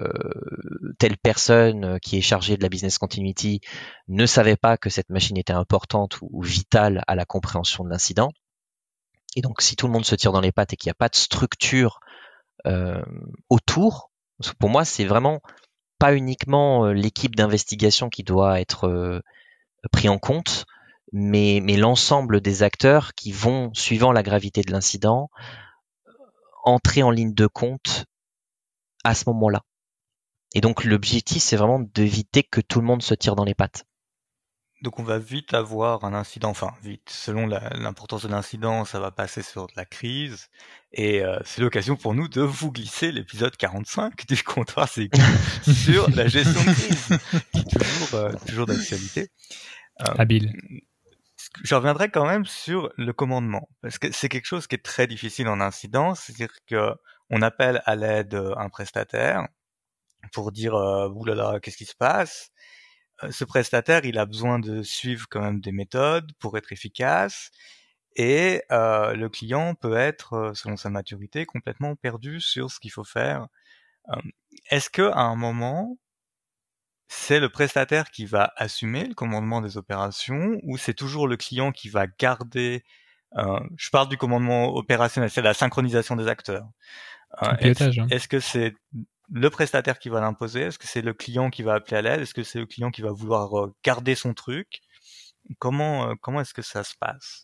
euh, telle personne qui est chargée de la business continuity ne savait pas que cette machine était importante ou, ou vitale à la compréhension de l'incident. Et donc, si tout le monde se tire dans les pattes et qu'il n'y a pas de structure euh, autour, parce que pour moi, c'est vraiment pas uniquement l'équipe d'investigation qui doit être euh, pris en compte, mais, mais l'ensemble des acteurs qui vont, suivant la gravité de l'incident, entrer en ligne de compte à ce moment-là. Et donc l'objectif, c'est vraiment d'éviter que tout le monde se tire dans les pattes. Donc on va vite avoir un incident, enfin vite, selon la- l'importance de l'incident, ça va passer sur de la crise, et euh, c'est l'occasion pour nous de vous glisser l'épisode quarante-cinq du comptoir sécu sur la gestion de crise, qui est toujours, euh, toujours d'actualité. Euh, Habile. je reviendrai quand même sur le commandement, parce que c'est quelque chose qui est très difficile en incident, c'est-à-dire que on appelle à l'aide un prestataire pour dire euh, oulala, qu'est-ce qui se passe? Euh, Ce prestataire, il a besoin de suivre quand même des méthodes pour être efficace, et euh, le client peut être, euh, selon sa maturité, complètement perdu sur ce qu'il faut faire. Euh, Est-ce que à un moment, c'est le prestataire qui va assumer le commandement des opérations, ou c'est toujours le client qui va garder, euh, je parle du commandement opérationnel, c'est la synchronisation des acteurs. Euh, Le est-ce, pilotage, hein. est-ce que c'est le prestataire qui va l'imposer? Est-ce que c'est le client qui va appeler à l'aide? Est-ce que c'est le client qui va vouloir euh, garder son truc? Comment, euh, comment est-ce que ça se passe?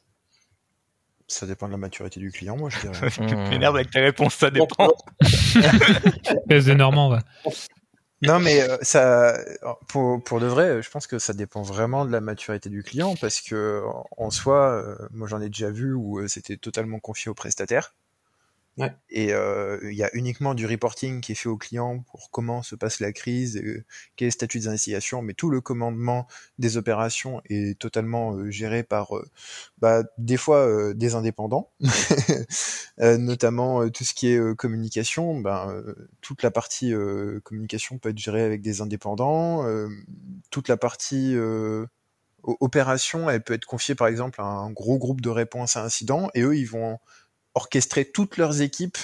Ça dépend de la maturité du client, moi je dirais. Tu m'énerves avec tes réponses, ça dépend. Espèce de Normand, va. Non, mais euh, ça, pour, pour de vrai, je pense que ça dépend vraiment de la maturité du client, parce que en- en soi, euh, moi j'en ai déjà vu où euh, c'était totalement confié au prestataire. Ouais. Et euh, il y a uniquement du reporting qui est fait au client pour comment se passe la crise, euh, quel est le statut des investigations, mais tout le commandement des opérations est totalement euh, géré par, euh, bah, des fois, euh, des indépendants, Euh, notamment euh, tout ce qui est euh, communication. Ben, euh, toute la partie euh, communication peut être gérée avec des indépendants. Euh, toute la partie euh, o- opération, elle peut être confiée par exemple à un gros groupe de réponse à incident, et eux, ils vont orchestrer toutes leurs équipes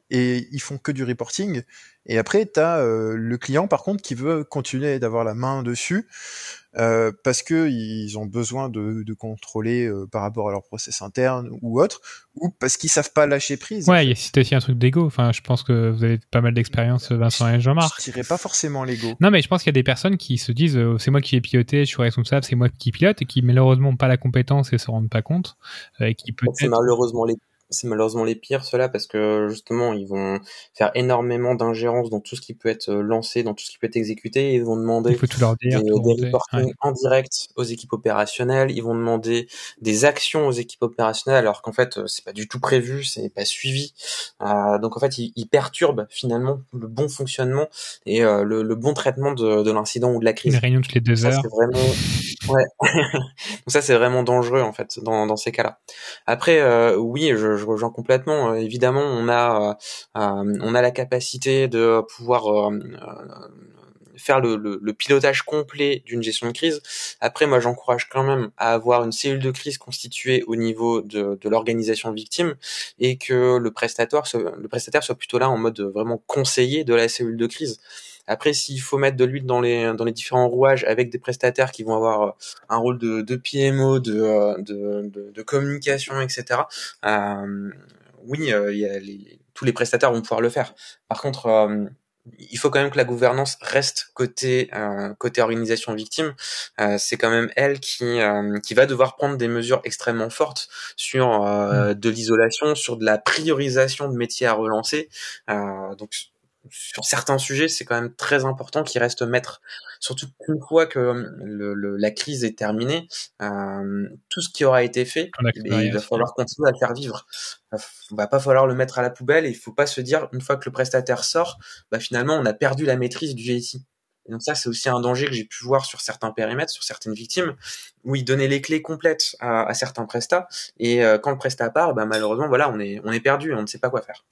et ils font que du reporting. Et après, tu as euh, le client, par contre, qui veut continuer d'avoir la main dessus euh, parce que ils ont besoin de, de contrôler euh, par rapport à leur process interne ou autre, ou parce qu'ils savent pas lâcher prise. Ouais, il y a c'est aussi un truc d'ego. Enfin, je pense que vous avez pas mal d'expérience, Vincent et Je Jean-Marc. dirais pas forcément l'ego. Non, mais je pense qu'il y a des personnes qui se disent euh, c'est moi qui ai piloté, je suis responsable, c'est moi qui pilote, et qui malheureusement n'ont pas la compétence et se rendent pas compte, euh, et qui C'est peut-être. malheureusement les c'est malheureusement les pires, ceux-là, parce que justement, ils vont faire énormément d'ingérence dans tout ce qui peut être euh, lancé, dans tout ce qui peut être exécuté, et ils vont Il demander faut tout leur des, dire, tout des remonter. reportings Ouais. en direct aux équipes opérationnelles, ils vont demander des actions aux équipes opérationnelles, alors qu'en fait, euh, c'est pas du tout prévu, c'est pas suivi. Euh, donc en fait, ils, ils perturbent finalement le bon fonctionnement et euh, le, le bon traitement de, de l'incident ou de la Une crise. réunion toutes les deux Ça, heures. c'est vraiment, ouais. Donc ça, c'est vraiment dangereux, en fait, dans, dans ces cas-là. Après, euh, oui, je, je rejoins complètement. Euh, évidemment, on a, euh, euh, on a la capacité de pouvoir euh, euh, faire le, le, le pilotage complet d'une gestion de crise. Après, moi, j'encourage quand même à avoir une cellule de crise constituée au niveau de, de l'organisation victime, et que le prestataire, soit, le prestataire soit plutôt là en mode vraiment conseiller de la cellule de crise. Après, s'il faut mettre de l'huile dans les dans les différents rouages avec des prestataires qui vont avoir un rôle de, de P M O, de, de, de, de communication, et cetera. Euh, oui, euh, y a les, tous les prestataires vont pouvoir le faire. Par contre, euh, il faut quand même que la gouvernance reste côté euh, côté organisation victime. Euh, c'est quand même elle qui euh, qui va devoir prendre des mesures extrêmement fortes sur euh, de l'isolation, sur de la priorisation de métiers à relancer. Euh, donc sur certains sujets, c'est quand même très important qu'il reste maître. Surtout qu'une fois que le, le, la crise est terminée, euh, tout ce qui aura été fait, et il va falloir continuer à le faire vivre. Il va pas falloir le mettre à la poubelle, et il faut pas se dire, une fois que le prestataire sort, bah finalement, on a perdu la maîtrise du G S I. Et donc ça, c'est aussi un danger que j'ai pu voir sur certains périmètres, sur certaines victimes, où ils donnaient les clés complètes à, à certains prestats, et euh, quand le prestat part, bah malheureusement, voilà, on est, on est perdu, et on ne sait pas quoi faire.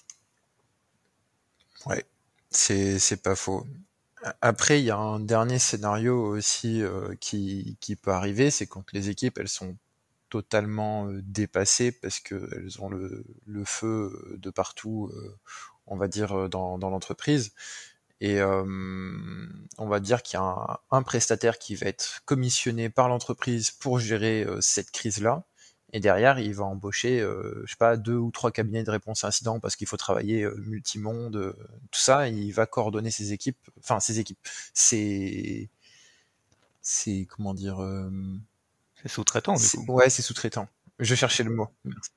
Ouais. C'est, c'est pas faux. Après, il y a un dernier scénario aussi euh, qui, qui peut arriver, c'est quand les équipes, elles sont totalement euh, dépassées parce qu'elles ont le, le feu de partout, euh, on va dire, dans, dans l'entreprise. Et euh, on va dire qu'il y a un, un prestataire qui va être commissionné par l'entreprise pour gérer euh, cette crise-là. Et derrière, il va embaucher, euh, je sais pas, deux ou trois cabinets de réponse à incident parce qu'il faut travailler euh, multimonde, euh, tout ça. Et il va coordonner ses équipes, enfin ses équipes, ses, ses comment dire, euh, C'est sous-traitant, du C'est- coup. Ouais, c'est sous-traitant. Je cherchais le mot. Merci.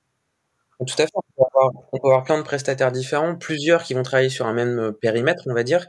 Tout à fait. On peut avoir, on peut avoir plein de prestataires différents, plusieurs qui vont travailler sur un même euh, périmètre, on va dire,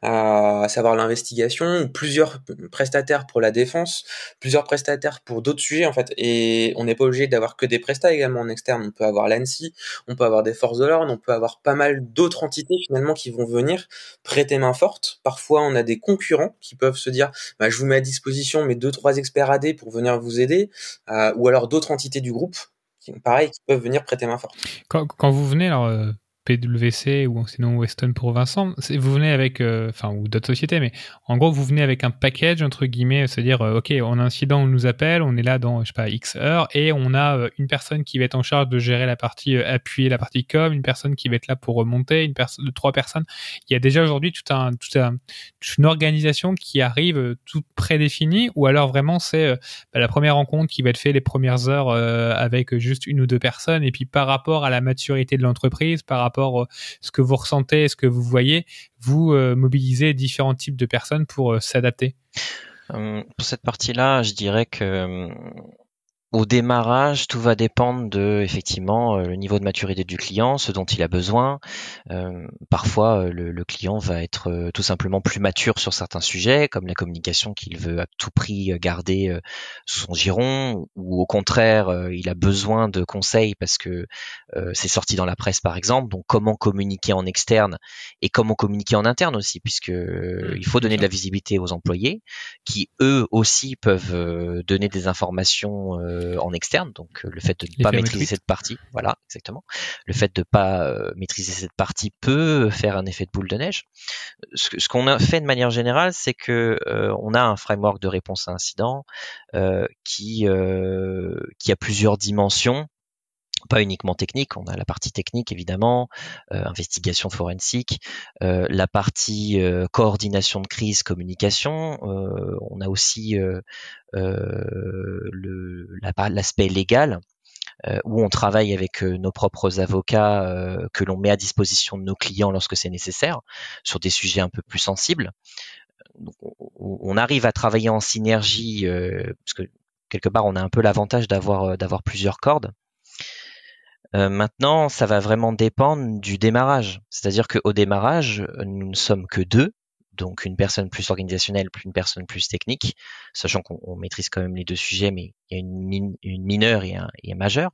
à savoir l'investigation, ou plusieurs p- prestataires pour la défense, plusieurs prestataires pour d'autres sujets, en fait. Et on n'est pas obligé d'avoir que des prestats également en externe. On peut avoir l'ANSSI, on peut avoir des forces de l'ordre, on peut avoir pas mal d'autres entités finalement qui vont venir prêter main forte. Parfois, on a des concurrents qui peuvent se dire, bah, je vous mets à disposition mes deux, trois experts A D pour venir vous aider, euh, ou alors d'autres entités du groupe qui, pareil, qui peuvent venir prêter main forte. Quand, quand vous venez, alors euh, P W C ou sinon Weston pour Vincent, c'est- vous venez avec, euh, enfin, ou d'autres sociétés, mais en gros, vous venez avec un package, entre guillemets, c'est-à-dire, euh, OK, on a un incident, on nous appelle, on est là dans, je sais pas, X heures, et on a euh, une personne qui va être en charge de gérer la partie euh, appuyer, la partie com, une personne qui va être là pour remonter, une personne, trois personnes. Il y a déjà aujourd'hui tout un, tout un, toute une organisation qui arrive euh, toute prédéfinie, ou alors vraiment c'est euh, bah, la première rencontre qui va être faite les premières heures euh, avec juste une ou deux personnes, et puis par rapport à la maturité de l'entreprise, par rapport à ce que vous ressentez, ce que vous voyez, vous euh, mobilisez différents types de personnes pour euh, s'adapter. Hum, Pour cette partie-là, je dirais que hum, au démarrage, tout va dépendre de effectivement euh, le niveau de maturité du client, ce dont il a besoin. Euh, parfois, euh, le, le client va être euh, tout simplement plus mature sur certains sujets, comme la communication qu'il veut à tout prix euh, garder euh, sous son giron, ou au contraire, euh, il a besoin de conseils parce que euh, c'est sorti dans la presse, par exemple. Donc, comment communiquer en externe et comment communiquer en interne aussi, puisque euh, il faut donner de la visibilité aux employés, qui eux aussi peuvent euh, donner des informations euh, en externe. Donc, euh, le fait de ne Les pas fameux maîtriser tweets. cette partie, voilà, exactement. Le fait de pas euh, maîtriser cette partie peut faire un effet de boule de neige. Ce, que- ce qu'on a fait de manière générale, c'est que euh, on a un framework de réponse à incident euh, qui euh, qui a plusieurs dimensions, pas uniquement technique. On a la partie technique évidemment, euh, investigation forensique, euh, la partie euh, coordination de crise, communication. Euh, on a aussi euh, euh, le la- l'aspect légal, euh, où on travaille avec euh, nos propres avocats euh, que l'on met à disposition de nos clients lorsque c'est nécessaire, sur des sujets un peu plus sensibles. Donc, on, on arrive à travailler en synergie, euh, parce que quelque part on a un peu l'avantage d'avoir euh, d'avoir plusieurs cordes. Euh, maintenant, ça va vraiment dépendre du démarrage. C'est-à-dire qu'au démarrage, nous ne sommes que deux, donc une personne plus organisationnelle, plus une personne plus technique, sachant qu'on on maîtrise quand même les deux sujets, mais il y a une, mine, une mineure et un, et un majeur.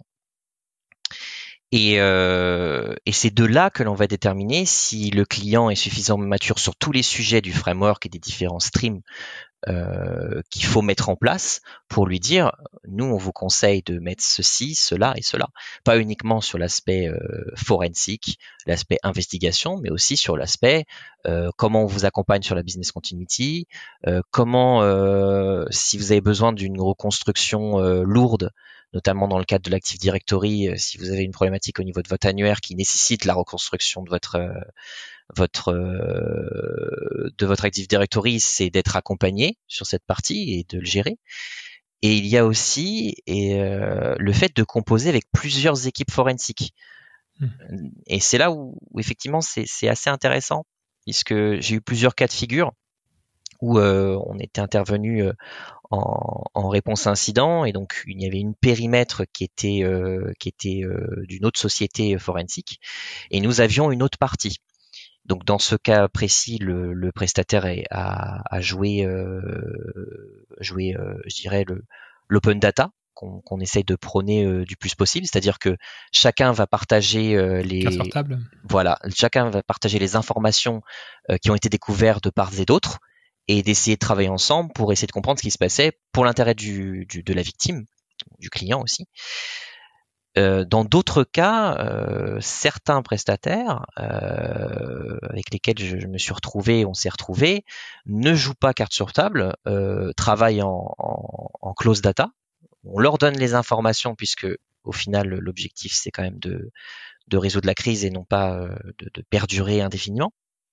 Et, euh, et c'est de là que l'on va déterminer si le client est suffisamment mature sur tous les sujets du framework et des différents streams euh, qu'il faut mettre en place pour lui dire, nous on vous conseille de mettre ceci, cela et cela. Pas uniquement sur l'aspect euh, forensique, l'aspect investigation, mais aussi sur l'aspect euh, comment on vous accompagne sur la business continuity, euh, comment, euh, si vous avez besoin d'une reconstruction euh, lourde, notamment dans le cadre de l'Active Directory, euh, si vous avez une problématique au niveau de votre annuaire qui nécessite la reconstruction de votre euh, votre euh, de votre Active Directory, c'est d'être accompagné sur cette partie et de le gérer. Et il y a aussi et, euh, le fait de composer avec plusieurs équipes forensiques. Mmh. Et c'est là où, où effectivement c'est, c'est assez intéressant, puisque j'ai eu plusieurs cas de figure où euh, on était intervenu euh, en, en réponse à incident, et donc il y avait une périmètre qui était euh, qui était euh, d'une autre société forensique, et nous avions une autre partie. Donc dans ce cas précis, le, le prestataire est, a, a joué, euh, joué, euh, je dirais le, l'open data qu'on, qu'on essaye de prôner euh, du plus possible, c'est-à-dire que chacun va partager euh, les, Carte sur table. voilà, chacun va partager les informations euh, qui ont été découvertes de part et d'autre, et d'essayer de travailler ensemble pour essayer de comprendre ce qui se passait pour l'intérêt du, du de la victime, du client aussi. Euh, dans d'autres cas, euh, certains prestataires euh, avec lesquels je, je me suis retrouvé, on s'est retrouvé, ne jouent pas carte sur table, euh, travaillent en, en, en close data. On leur donne les informations puisque au final l'objectif c'est quand même de, de résoudre la crise et non pas euh, de, de perdurer indéfiniment.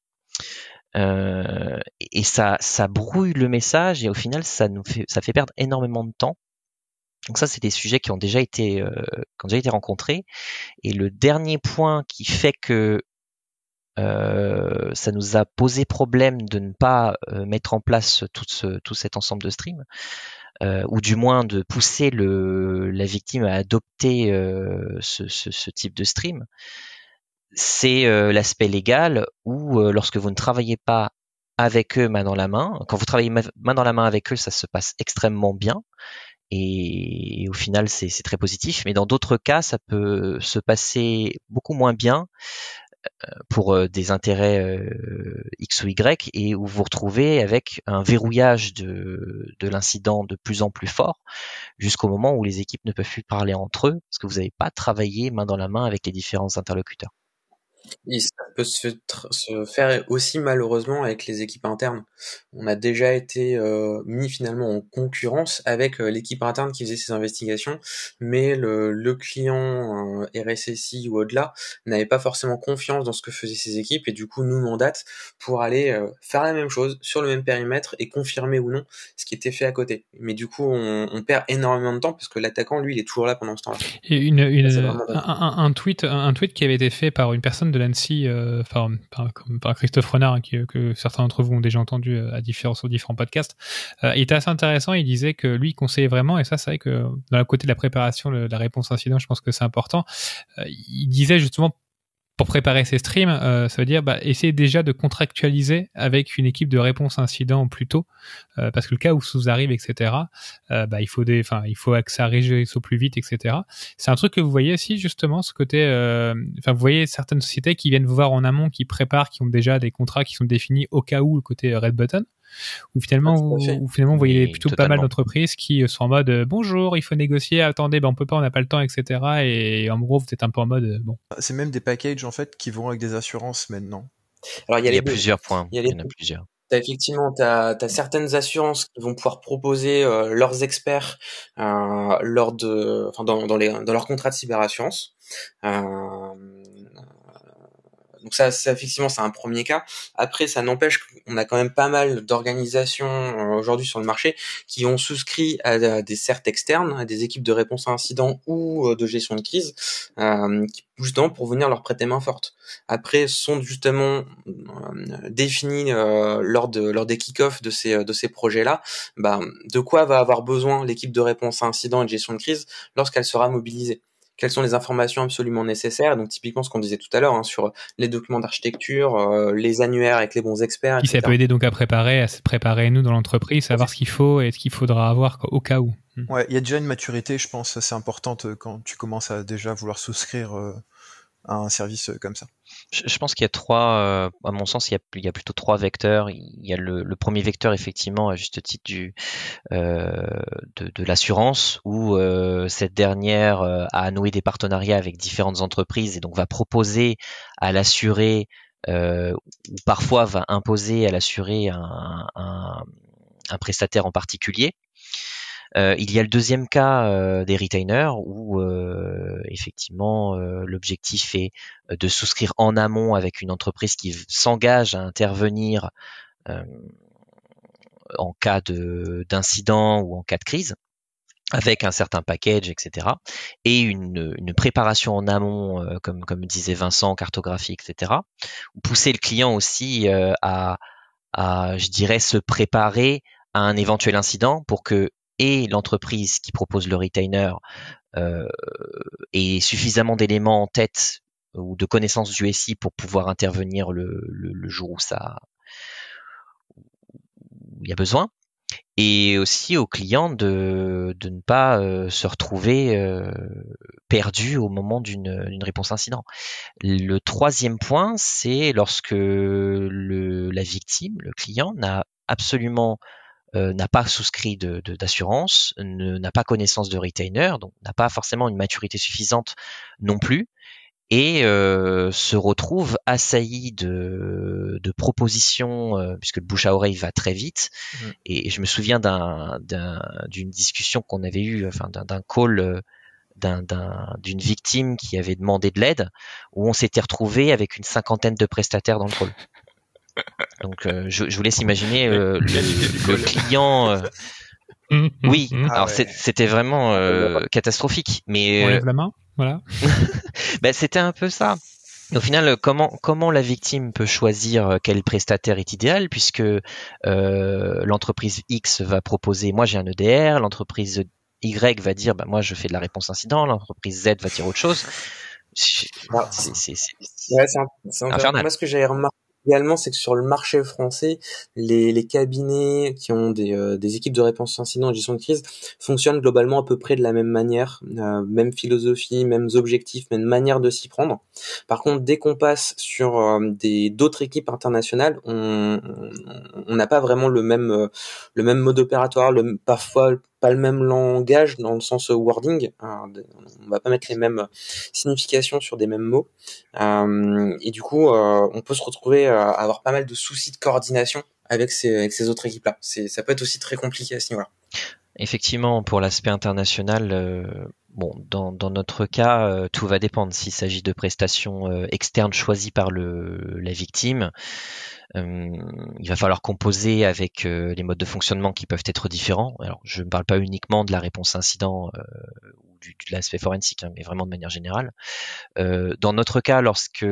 Euh, et ça, ça brouille le message et au final ça nous fait, ça fait perdre énormément de temps. Donc ça, c'est des sujets qui ont déjà été, euh, qui ont déjà été rencontrés. Et le dernier point qui fait que euh, ça nous a posé problème de ne pas euh, mettre en place tout, ce, tout cet ensemble de streams, euh, ou du moins de pousser le, la victime à adopter euh, ce, ce, ce type de stream, c'est euh, l'aspect légal où euh, lorsque vous ne travaillez pas avec eux main dans la main, quand vous travaillez main dans la main avec eux, ça se passe extrêmement bien. Et, et au final, c'est, c'est très positif. Mais dans d'autres cas, ça peut se passer beaucoup moins bien pour euh, des intérêts euh, X ou Y, et où vous vous retrouvez avec un verrouillage de, de l'incident de plus en plus fort, jusqu'au moment où les équipes ne peuvent plus parler entre eux, parce que vous n'avez pas travaillé main dans la main avec les différents interlocuteurs. Et ça peut se, tr- se faire aussi malheureusement avec les équipes internes. On a déjà été euh, mis finalement en concurrence avec euh, l'équipe interne qui faisait ces investigations, mais le, le client euh, R S S I ou au-delà n'avait pas forcément confiance dans ce que faisaient ces équipes, et du coup nous mandate pour aller euh, faire la même chose sur le même périmètre et confirmer ou non ce qui était fait à côté. Mais du coup on, on perd énormément de temps parce que l'attaquant lui il est toujours là pendant ce temps-là. Et une, une, Ça, c'est vraiment un, dingue. un, un tweet, un tweet qui avait été fait par une personne de l'ANSSI, euh, enfin par, comme- par Christophe Renard, hein, qui, que certains d'entre vous ont déjà entendu euh, à différents, sur différents podcasts, euh, il était assez intéressant. Il disait que lui il conseillait vraiment, et ça c'est vrai que dans le côté de la préparation, le- la réponse incident, je pense que c'est important. Euh, il disait justement, pour préparer ces streams, euh, ça veut dire bah, essayer déjà de contractualiser avec une équipe de réponse incident plus tôt, euh, parce que le cas où ça vous arrive, et cetera, euh, bah, il faut des, enfin, il faut que ça réagisse au plus vite, et cetera. C'est un truc que vous voyez aussi justement, ce côté, euh, enfin, vous voyez certaines sociétés qui viennent vous voir en amont, qui préparent, qui ont déjà des contrats qui sont définis au cas où, le côté red button. Ou finalement, Ouais, tout à vous, fait. ou finalement, vous voyez Oui, plutôt pas mal totalement. d'entreprises qui sont en mode euh, bonjour, il faut négocier, attendez, ben on peut pas, on n'a pas le temps, et cetera. Et en gros, vous êtes un peu en mode euh, bon. C'est même des packages en fait qui vont avec des assurances maintenant. Alors il y Il a y les a deux. plusieurs points. Il y a Il les y en a deux. plusieurs. T'as effectivement, t'as as certaines assurances qui vont pouvoir proposer euh, leurs experts euh, lors de, enfin dans, dans les dans leur contrat de cyberassurance. Euh, donc ça, ça effectivement, c'est un premier cas. Après, ça n'empêche qu'on a quand même pas mal d'organisations euh, aujourd'hui sur le marché qui ont souscrit à, à des certes externes, à des équipes de réponse à incidents ou euh, de gestion de crise, euh, qui, justement pour venir leur prêter main forte. Après, sont justement euh, définis euh, lors de lors des kick-offs de ces de ces projets-là, bah, de quoi va avoir besoin l'équipe de réponse à incidents et de gestion de crise lorsqu'elle sera mobilisée. Quelles sont les informations absolument nécessaires? Donc typiquement ce qu'on disait tout à l'heure hein, sur les documents d'architecture, euh, les annuaires avec les bons experts, Qui et cetera. ça peut aider donc à préparer, à se préparer nous dans l'entreprise, savoir ce qu'il faut et ce qu'il faudra avoir quoi, au cas où. Hmm. Ouais, il y a déjà une maturité, je pense, assez importante euh, quand tu commences à déjà vouloir souscrire euh, à un service euh, comme ça. Je, je pense qu'il y a trois, euh, à mon sens, il y a, il y a plutôt trois vecteurs. Il y a le, le premier vecteur, effectivement, à juste titre du, euh, de, de l'assurance, où euh, cette dernière euh, a noué des partenariats avec différentes entreprises et donc va proposer à l'assuré, euh, ou parfois va imposer à l'assuré un, un, un prestataire en particulier. Euh, il y a le deuxième cas euh, des retainers où euh, effectivement euh, l'objectif est de souscrire en amont avec une entreprise qui s'engage à intervenir euh, en cas de d'incident ou en cas de crise, avec un certain package, et cetera. Et une, une préparation en amont, euh, comme comme disait Vincent, cartographie, et cetera. Pousser le client aussi euh, à, à, je dirais, se préparer à un éventuel incident pour que et l'entreprise qui propose le retainer euh, ait suffisamment d'éléments en tête ou de connaissances du S I pour pouvoir intervenir le, le, le jour où ça où il y a besoin. Et aussi aux clients de, de ne pas euh, se retrouver euh, perdu au moment d'une, d'une réponse incident. Le troisième point, c'est lorsque le, la victime, le client, n'a absolument euh, n'a pas souscrit de, de, d'assurance, ne, n'a pas connaissance de retainer, donc n'a pas forcément une maturité suffisante non plus, et euh, se retrouve assailli de, de propositions, euh, puisque le bouche à oreille va très vite. Mmh. Et je me souviens d'un, d'un, d'une discussion qu'on avait eue, enfin d'un, d'un call euh, d'un, d'un, d'une victime qui avait demandé de l'aide, où on s'était retrouvé avec une cinquantaine de prestataires dans le call. Donc euh, je, je vous laisse imaginer euh, le, le client. Euh, Mmh, oui, mmh. alors Ah ouais. c'était vraiment euh, catastrophique. Mais On euh, lève la main, voilà. ben, c'était un peu ça. Au final, comment comment la victime peut choisir quel prestataire est idéal, puisque euh, l'entreprise X va proposer, moi j'ai un E D R, l'entreprise Y va dire, bah moi je fais de la réponse incident, l'entreprise Z va dire autre chose. C'est Alors, c'est c'est c'est Ouais, c'est un- c'est intéressant. infernal. Moi, ce que j'avais remarqué également, c'est que sur le marché français, les, les cabinets qui ont des, euh, des équipes de réponse incident et gestion de crise fonctionnent globalement à peu près de la même manière, euh, même philosophie, mêmes objectifs, même manière de s'y prendre. Par contre, dès qu'on passe sur euh, des d'autres équipes internationales, on on- on n'a pas vraiment le même euh, le même mode opératoire, le parfois pas le même langage dans le sens wording. Alors, on va pas mettre les mêmes significations sur des mêmes mots. Euh, et du coup, euh, on peut se retrouver à avoir pas mal de soucis de coordination avec ces, avec ces autres équipes-là. C'est, ça peut être aussi très compliqué à ce niveau-là. Effectivement, pour l'aspect international, euh, bon, dans, dans notre cas, euh, tout va dépendre. S'il s'agit de prestations euh, externes choisies par le, la victime, euh, il va falloir composer avec euh, les modes de fonctionnement qui peuvent être différents. Alors, je ne parle pas uniquement de la réponse incident euh, ou du, de l'aspect forensique, hein, mais vraiment de manière générale. Euh, dans notre cas, lorsque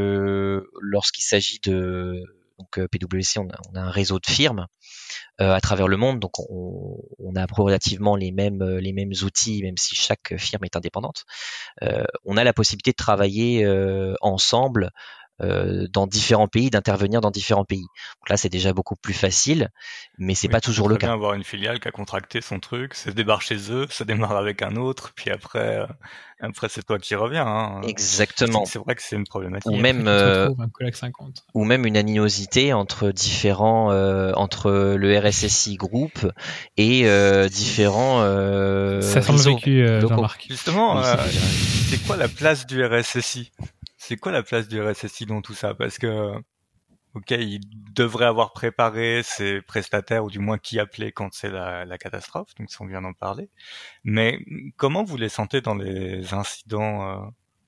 lorsqu'il s'agit de donc euh, P W C, on a, on a un réseau de firmes euh, à travers le monde, donc on, on a relativement les mêmes les mêmes outils, même si chaque firme est indépendante. Euh, on a la possibilité de travailler euh, ensemble euh, dans différents pays, d'intervenir dans différents pays. Donc là, c'est déjà beaucoup plus facile, mais c'est Oui, pas tu peux toujours le très cas. bien avoir une filiale qui a contracté son truc, ça débarque chez eux, ça démarre avec un autre, puis après, euh, après c'est toi qui reviens. Hein. C'est, Exactement. c'est vrai que c'est une problématique. Ou Et même après, tu te euh, retrouves un collègue cinquante. ou même une animosité entre différents euh, entre le R S S I groupe et euh, différents euh, Ça semble réseaux vécu, euh, locaux. Jean-Marc. Justement, Oui, euh, c'est déjà arrivé. c'est quoi la place du R S S I? C'est quoi la place du R S S I dans tout ça? Parce que, ok, il devrait avoir préparé ses prestataires, ou du moins qui appeler quand c'est la, la catastrophe, donc ça on vient d'en parler. Mais comment vous les sentez dans les incidents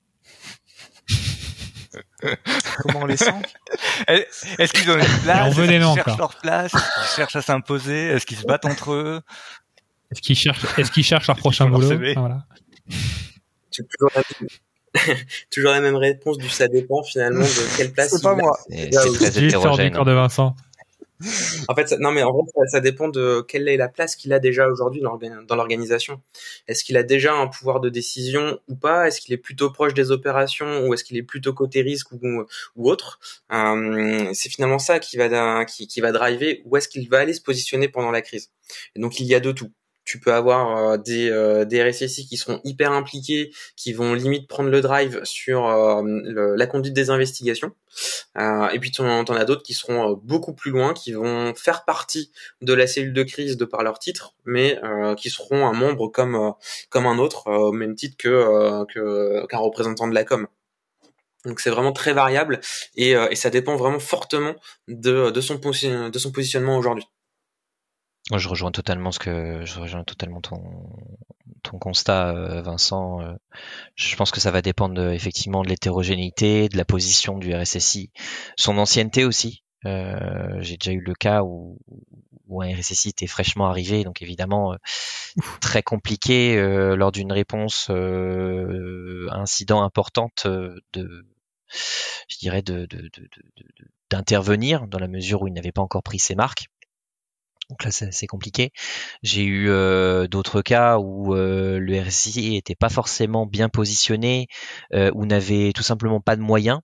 euh... Comment on les sent? Est-ce qu'ils ont une place? Et on veut Est-ce des qu'ils noms cherchent encore. leur place? Est-ce qu'ils cherchent à s'imposer? Est-ce qu'ils se battent entre eux? Est-ce qu'ils cherchent, est-ce qu'ils cherchent leur Est-ce qu'ils prochain font leur boulot? C V? Enfin, voilà. C'est toujours la, toujours la même réponse du ça dépend finalement de quelle place C'est il pas a. moi. C'est Là c'est où- très Gilles sort du hétérogène. corps de Vincent. En fait, ça- non mais en vrai, ça, ça dépend de quelle est la place qu'il a déjà aujourd'hui dans l'orga- dans l'organisation. Est-ce qu'il a déjà un pouvoir de décision ou pas? Est-ce qu'il est plutôt proche des opérations ou est-ce qu'il est plutôt côté risque ou, ou autre? Euh, c'est finalement ça qui va qui, qui va driver où est-ce qu'il va aller se positionner pendant la crise. Et donc il y a de tout. Tu peux avoir euh, des, euh, des R S S I qui seront hyper impliqués, qui vont limite prendre le drive sur euh, le- la conduite des investigations. Euh, et puis t'en, t'en as d'autres qui seront euh, beaucoup plus loin, qui vont faire partie de la cellule de crise de par leur titre, mais euh, qui seront un membre comme euh, comme un autre, euh, au même titre que, euh, que qu'un représentant de la com. Donc c'est vraiment très variable et, euh, et ça dépend vraiment fortement de, de son posi- de son positionnement aujourd'hui. Moi, je rejoins totalement ce que je rejoins totalement ton ton constat, euh, Vincent. Euh, je pense que ça va dépendre de, effectivement de l'hétérogénéité, de la position du R S S I, son ancienneté aussi. Euh, j'ai déjà eu le cas où, où un R S S I était fraîchement arrivé, donc évidemment euh, très compliqué euh, lors d'une réponse euh, incident importante euh, de, je dirais de, de, de, de, de- d'intervenir dans la mesure où il n'avait pas encore pris ses marques. Donc là, c'est c'est compliqué. J'ai eu euh, d'autres cas où euh, le R S S I était pas forcément bien positionné, euh, ou n'avait tout simplement pas de moyens,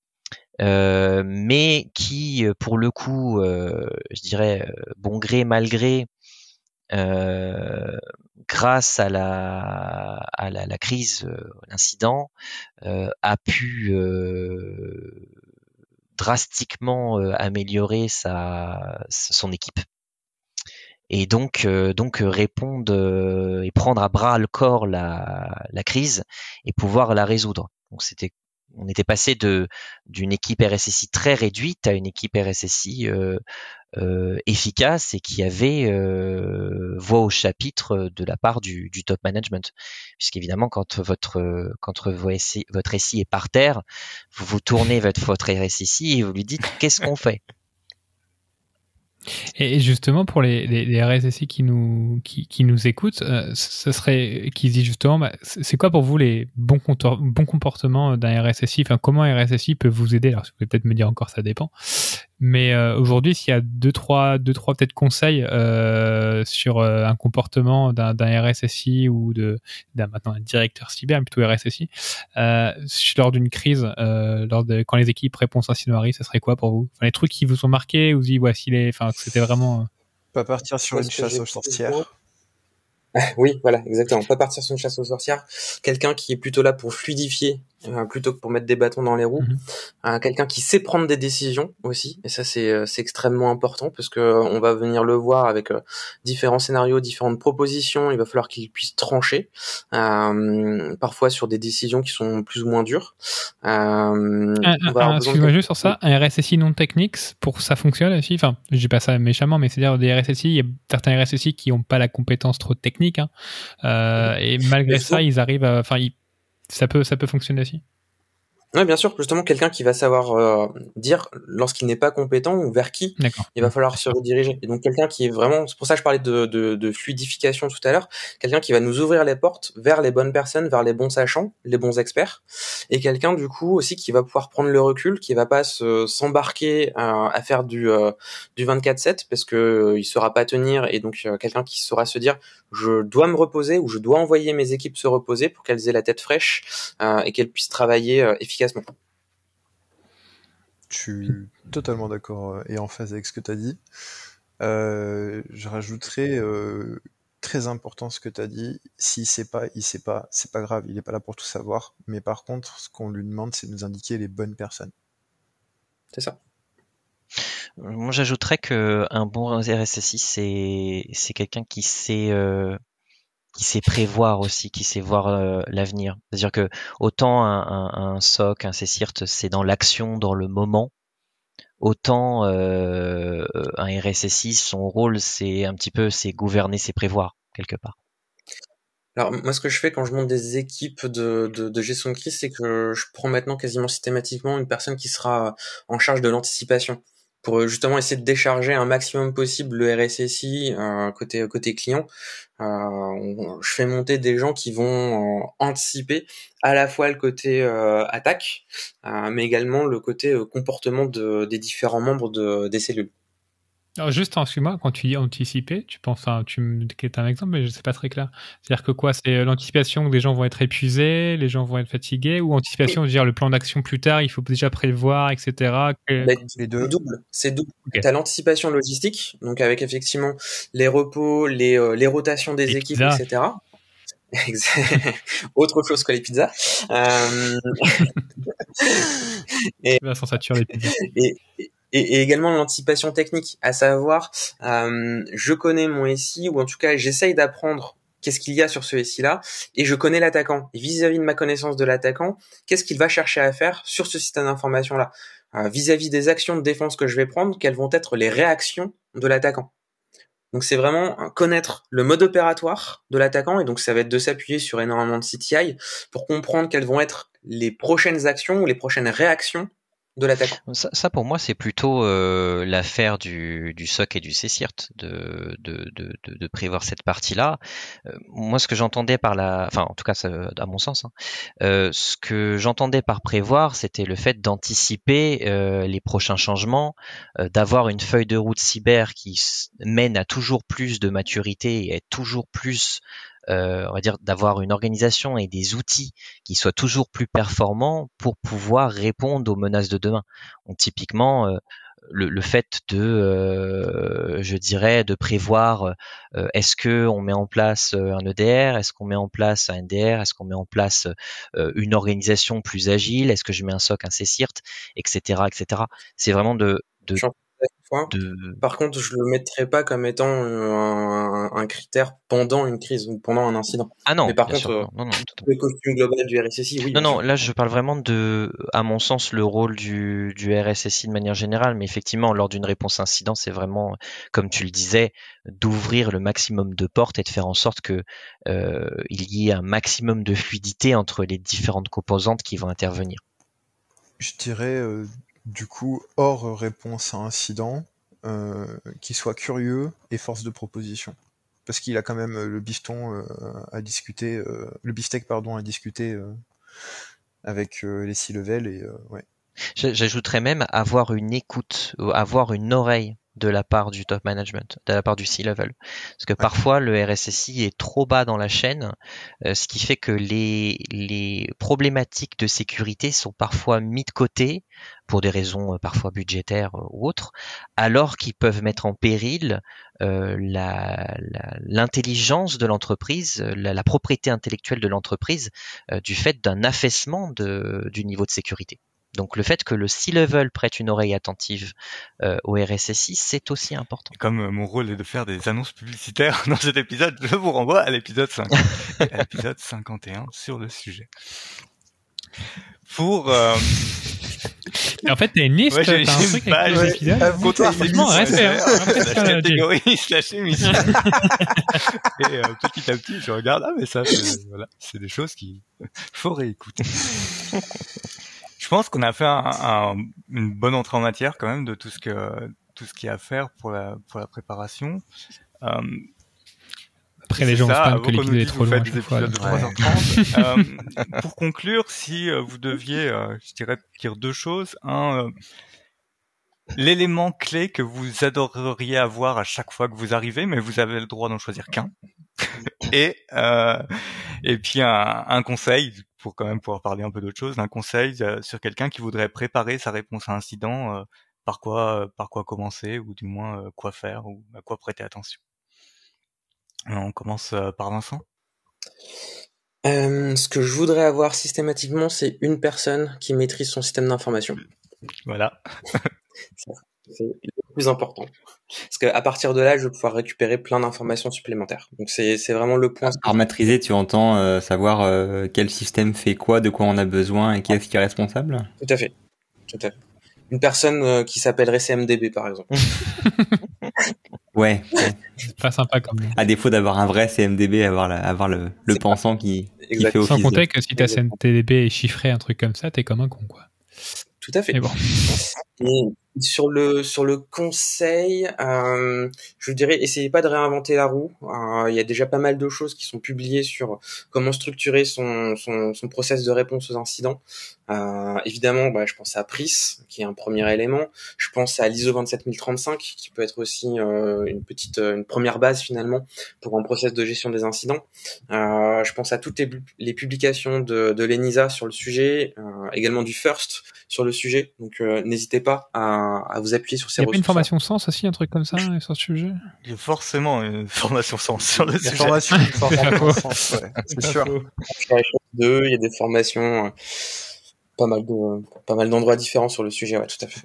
euh, mais qui, euh, pour le coup, euh, je dirais, euh, bon gré, mal gré, euh, grâce à la, à la, la crise, euh, l'incident, euh, a pu euh, drastiquement euh, améliorer sa, son équipe. Et donc, euh, donc euh, répondre euh, et prendre à bras le corps la, la crise et pouvoir la résoudre. Donc c'était, on était passé de d'une équipe R S S I très réduite à une équipe R S S I euh, euh, efficace et qui avait euh, voix au chapitre de la part du, du top management. Puisqu'évidemment, quand votre quand votre S I, votre S I est par terre, vous vous tournez votre votre R S S I et vous lui dites qu'est-ce qu'on fait. Et justement, pour les, les, les R S S I qui nous, qui, qui nous écoutent, euh, ce serait, qui se dit justement, bah, c'est quoi pour vous les bons, contor- bons comportements d'un R S S I? Enfin, comment un R S S I peut vous aider? Alors, vous pouvez peut-être me dire encore, ça dépend. Mais euh, aujourd'hui, s'il y a deux, trois, deux, trois peut-être conseils euh, sur euh, un comportement d'un, d'un R S S I ou de, d'un maintenant un directeur cyber, mais plutôt R S S I, euh, lors d'une crise, euh, lors de quand les équipes réponse incident arrivent, ça serait quoi pour vous? Enfin, les trucs qui vous ont marqué, vous dites voici les, enfin, que c'était vraiment. Pas partir sur Moi, une ce que chasse j'ai aux sorcières. besoin- Oui, voilà, exactement. Pas partir sur une chasse aux sorcières. Quelqu'un qui est plutôt là pour fluidifier, euh, plutôt que pour mettre des bâtons dans les roues. Mhm. Euh, quelqu'un qui sait prendre des décisions aussi. Et ça, c'est euh, c'est extrêmement important parce que euh, on va venir le voir avec euh, différents scénarios, différentes propositions. Il va falloir qu'il puisse trancher, euh, parfois sur des décisions qui sont plus ou moins dures. Euh, Un, on un, va avoir un- besoin de excuse-moi quelqu'un- juste sur ça, un R S S I non technique, pour ça fonctionne aussi. Enfin, je dis pas ça méchamment, mais c'est-à-dire des R S S I, il y a certains R S S I qui ont pas la compétence trop technique, hein, euh, et malgré Mais ça, faut- ils arrivent, à, enfin, ils- ça peut, ça peut fonctionner aussi. Ouais, bien sûr, justement, quelqu'un qui va savoir euh, dire lorsqu'il n'est pas compétent ou vers qui D'accord. il va falloir se rediriger. Et donc quelqu'un qui est vraiment, c'est pour ça que je parlais de, de, de fluidification tout à l'heure, quelqu'un qui va nous ouvrir les portes vers les bonnes personnes, vers les bons sachants, les bons experts, et quelqu'un du coup aussi qui va pouvoir prendre le recul, qui va pas se s'embarquer à, à faire du euh, du vingt-quatre sept parce que euh, il saura pas tenir, et donc euh, quelqu'un qui saura se dire je dois me reposer ou je dois envoyer mes équipes se reposer pour qu'elles aient la tête fraîche euh, et qu'elles puissent travailler euh, efficacement. Je suis totalement d'accord euh, et en phase avec ce que tu as dit. Euh, je rajouterais euh, très important ce que tu as dit. S'il sait pas, il sait pas. C'est pas grave, il est pas là pour tout savoir. Mais par contre, ce qu'on lui demande, c'est de nous indiquer les bonnes personnes. C'est ça. Moi, j'ajouterais que un bon R S S I, c'est c'est quelqu'un qui sait euh, qui sait prévoir aussi, qui sait voir euh, l'avenir. C'est-à-dire que autant un, un, un S O C, un C C I R T, c'est dans l'action, dans le moment, autant euh, un R S S I, son rôle, c'est un petit peu, c'est gouverner, c'est prévoir quelque part. Alors moi, ce que je fais quand je monte des équipes de, de, de gestion de crise, c'est que je prends maintenant quasiment systématiquement une personne qui sera en charge de l'anticipation pour euh, justement essayer de décharger un maximum possible le R S S I euh, côté côté client. Euh, on- je fais monter des gens qui vont euh, anticiper à la fois le côté euh, attaque, euh, mais également le côté euh, comportement de, des différents membres de, des cellules. Alors juste, hein, excuse-moi, quand tu dis anticiper, tu penses, enfin, tu me donnes un exemple, mais je sais pas très clair. C'est-à-dire que quoi, c'est l'anticipation que des gens vont être épuisés, les gens vont être fatigués, ou anticipation, dire le plan d'action plus tard, il faut déjà prévoir, et cetera. que- Ben, Les deux. C'est double, c'est double. Ok. T'as l'anticipation logistique, donc avec effectivement les repos, les, euh, les rotations des Les équipes, pizzas. et cetera. Autre chose que les pizzas. Euh, Vincent sature les pizzas. et, et, et également l'anticipation technique, à savoir, euh, je connais mon S I, ou en tout cas j'essaye d'apprendre qu'est-ce qu'il y a sur ce S I-là, et je connais l'attaquant. Et vis-à-vis de ma connaissance de l'attaquant, qu'est-ce qu'il va chercher à faire sur ce système d'information-là, euh, vis-à-vis des actions de défense que je vais prendre, quelles vont être les réactions de l'attaquant. Donc c'est vraiment connaître le mode opératoire de l'attaquant, et donc ça va être de s'appuyer sur énormément de C T I pour comprendre quelles vont être les prochaines actions ou les prochaines réactions de l'attaquant. Ça, ça pour moi, c'est plutôt euh, l'affaire du, du S O C et du C C I R T de, de, de, de, de prévoir cette partie-là. Euh, moi, ce que j'entendais par la, enfin, en tout cas, ça, à mon sens, hein, euh, ce que j'entendais par prévoir, c'était le fait d'anticiper euh, les prochains changements, euh, d'avoir une feuille de route cyber qui s- mène à toujours plus de maturité et à toujours plus euh, on va dire d'avoir une organisation et des outils qui soient toujours plus performants pour pouvoir répondre aux menaces de demain. Donc typiquement euh, le, le fait de, euh, je dirais, de prévoir, euh, est-ce que on met en place un E D R, est-ce qu'on met en place un N D R, est-ce qu'on met en place euh, une organisation plus agile, est-ce que je mets un S O C, un C C I R T, et cetera, et cetera. C'est vraiment de, de, Je suis en phase avec toi. de Par contre, je le mettrai pas comme étant euh, un, un critère pendant une crise ou pendant un incident. ah non, Mais par bien contre, sûr, euh, non, non, non, tout- le costume global du R S S I, oui. Non, bien non, sûr. là je parle vraiment de, à mon sens, le rôle du, du R S S I de manière générale, mais effectivement, lors d'une réponse incident, c'est vraiment, comme tu le disais, d'ouvrir le maximum de portes et de faire en sorte que euh, il y ait un maximum de fluidité entre les différentes composantes qui vont intervenir. Je dirais, euh, du coup, hors réponse à incident, euh, qui soit curieux et force de proposition. Parce qu'il a quand même euh, le bifton euh, à discuter, euh, le beefsteak pardon à discuter euh, avec euh, les six levels et euh, ouais. J'- J'ajouterais même avoir une écoute, ou avoir une oreille de la part du top management, de la part du C-level. Parce que parfois, le R S S I est trop bas dans la chaîne, euh, ce qui fait que les, les problématiques de sécurité sont parfois mis de côté pour des raisons euh, parfois budgétaires euh, ou autres, alors qu'ils peuvent mettre en péril euh, la- la- l'intelligence de l'entreprise, la, la propriété intellectuelle de l'entreprise, euh, du fait d'un affaissement de, du niveau de sécurité. Donc le fait que le C-level prête une oreille attentive euh, au R S S I, c'est aussi important. Comme euh, mon rôle est de faire des annonces publicitaires dans cet épisode, je vous renvoie à l'épisode cinquante, à l'épisode cinquante et un sur le sujet. Pour euh, Et en fait, t'as une liste, Ouais, j'ai- t'as un j'ai truc une avec page, les épisodes. avoue, Franchement, t'as une liste, respect, hein. ouais, Respect, slash euh, Jay. catégorie, slash émission. Et euh, petit à petit, je regarde, ah mais ça, c'est, voilà, c'est des choses qui faut réécouter. Je pense qu'on a fait un, un- une bonne entrée en matière quand même de tout ce que tout ce qu'il y a à faire pour la pour la préparation. Euh, Après, les c'est gens ça, se plaignent avant que qu'on l'épisode nous est dise, trop vous long à faites des chaque fois. épisodes de donc, trois ouais. heures trente. Euh, pour conclure, si euh, vous deviez, euh, je dirais, dire deux choses. Un, euh, l'élément clé que vous adoreriez avoir à chaque fois que vous arrivez, mais vous avez le droit d'en choisir qu'un. Et euh, et puis un, un conseil pour quand même pouvoir parler un peu d'autre chose, un conseil euh, sur quelqu'un qui voudrait préparer sa réponse à incident, euh, par quoi euh, par quoi commencer ou du moins euh, quoi faire ou à quoi prêter attention. Alors, on commence euh, par Vincent. Euh, ce que je voudrais avoir systématiquement, c'est une personne qui maîtrise son système d'information. Voilà. C'est le plus important. Parce qu'à partir de là, je vais pouvoir récupérer plein d'informations supplémentaires. Donc c'est c'est vraiment le point. Par maîtriser, tu entends euh, savoir euh, quel système fait quoi, de quoi on a besoin et qui est-ce qui est responsable. Tout à fait. Tout à fait. Une personne euh, qui s'appellerait C M D B, par exemple. Ouais. ouais. C'est pas sympa comme nom. À défaut d'avoir un vrai C M D B, avoir, la, avoir le, le C'est pensant qui, qui Exact. fait office. Sans de- compter que si ta C M T B est chiffrée, un truc comme ça, t'es comme un con, quoi. Tout à fait. Mais bon. Et sur le sur le conseil, euh, je vous dirais, essayez pas de réinventer la roue. Euh, Il y a déjà pas mal de choses qui sont publiées sur comment structurer son son, son process de réponse aux incidents. Euh, évidemment, bah, je pense à P R I S, qui est un premier élément. Je pense à l'I S O vingt-sept mille trente-cinq, qui peut être aussi euh, une petite, une première base finalement pour un process de gestion des incidents. Euh, je pense à toutes les, les publications de, de l'ENISA sur le sujet, euh, également du FIRST sur le sujet. Donc, euh, n'hésitez pas à, à vous appuyer sur ces Il y a pas une ressources. formation sens aussi, un truc comme ça, sur ce sujet? Il y a forcément une formation sens sur le La sujet. formation, une formation pas dans faux. le sens, ouais, c'est sûr. Sur la chose deux, il y a des formations, euh, pas mal de, pas mal d'endroits différents sur le sujet. Ouais, tout à fait.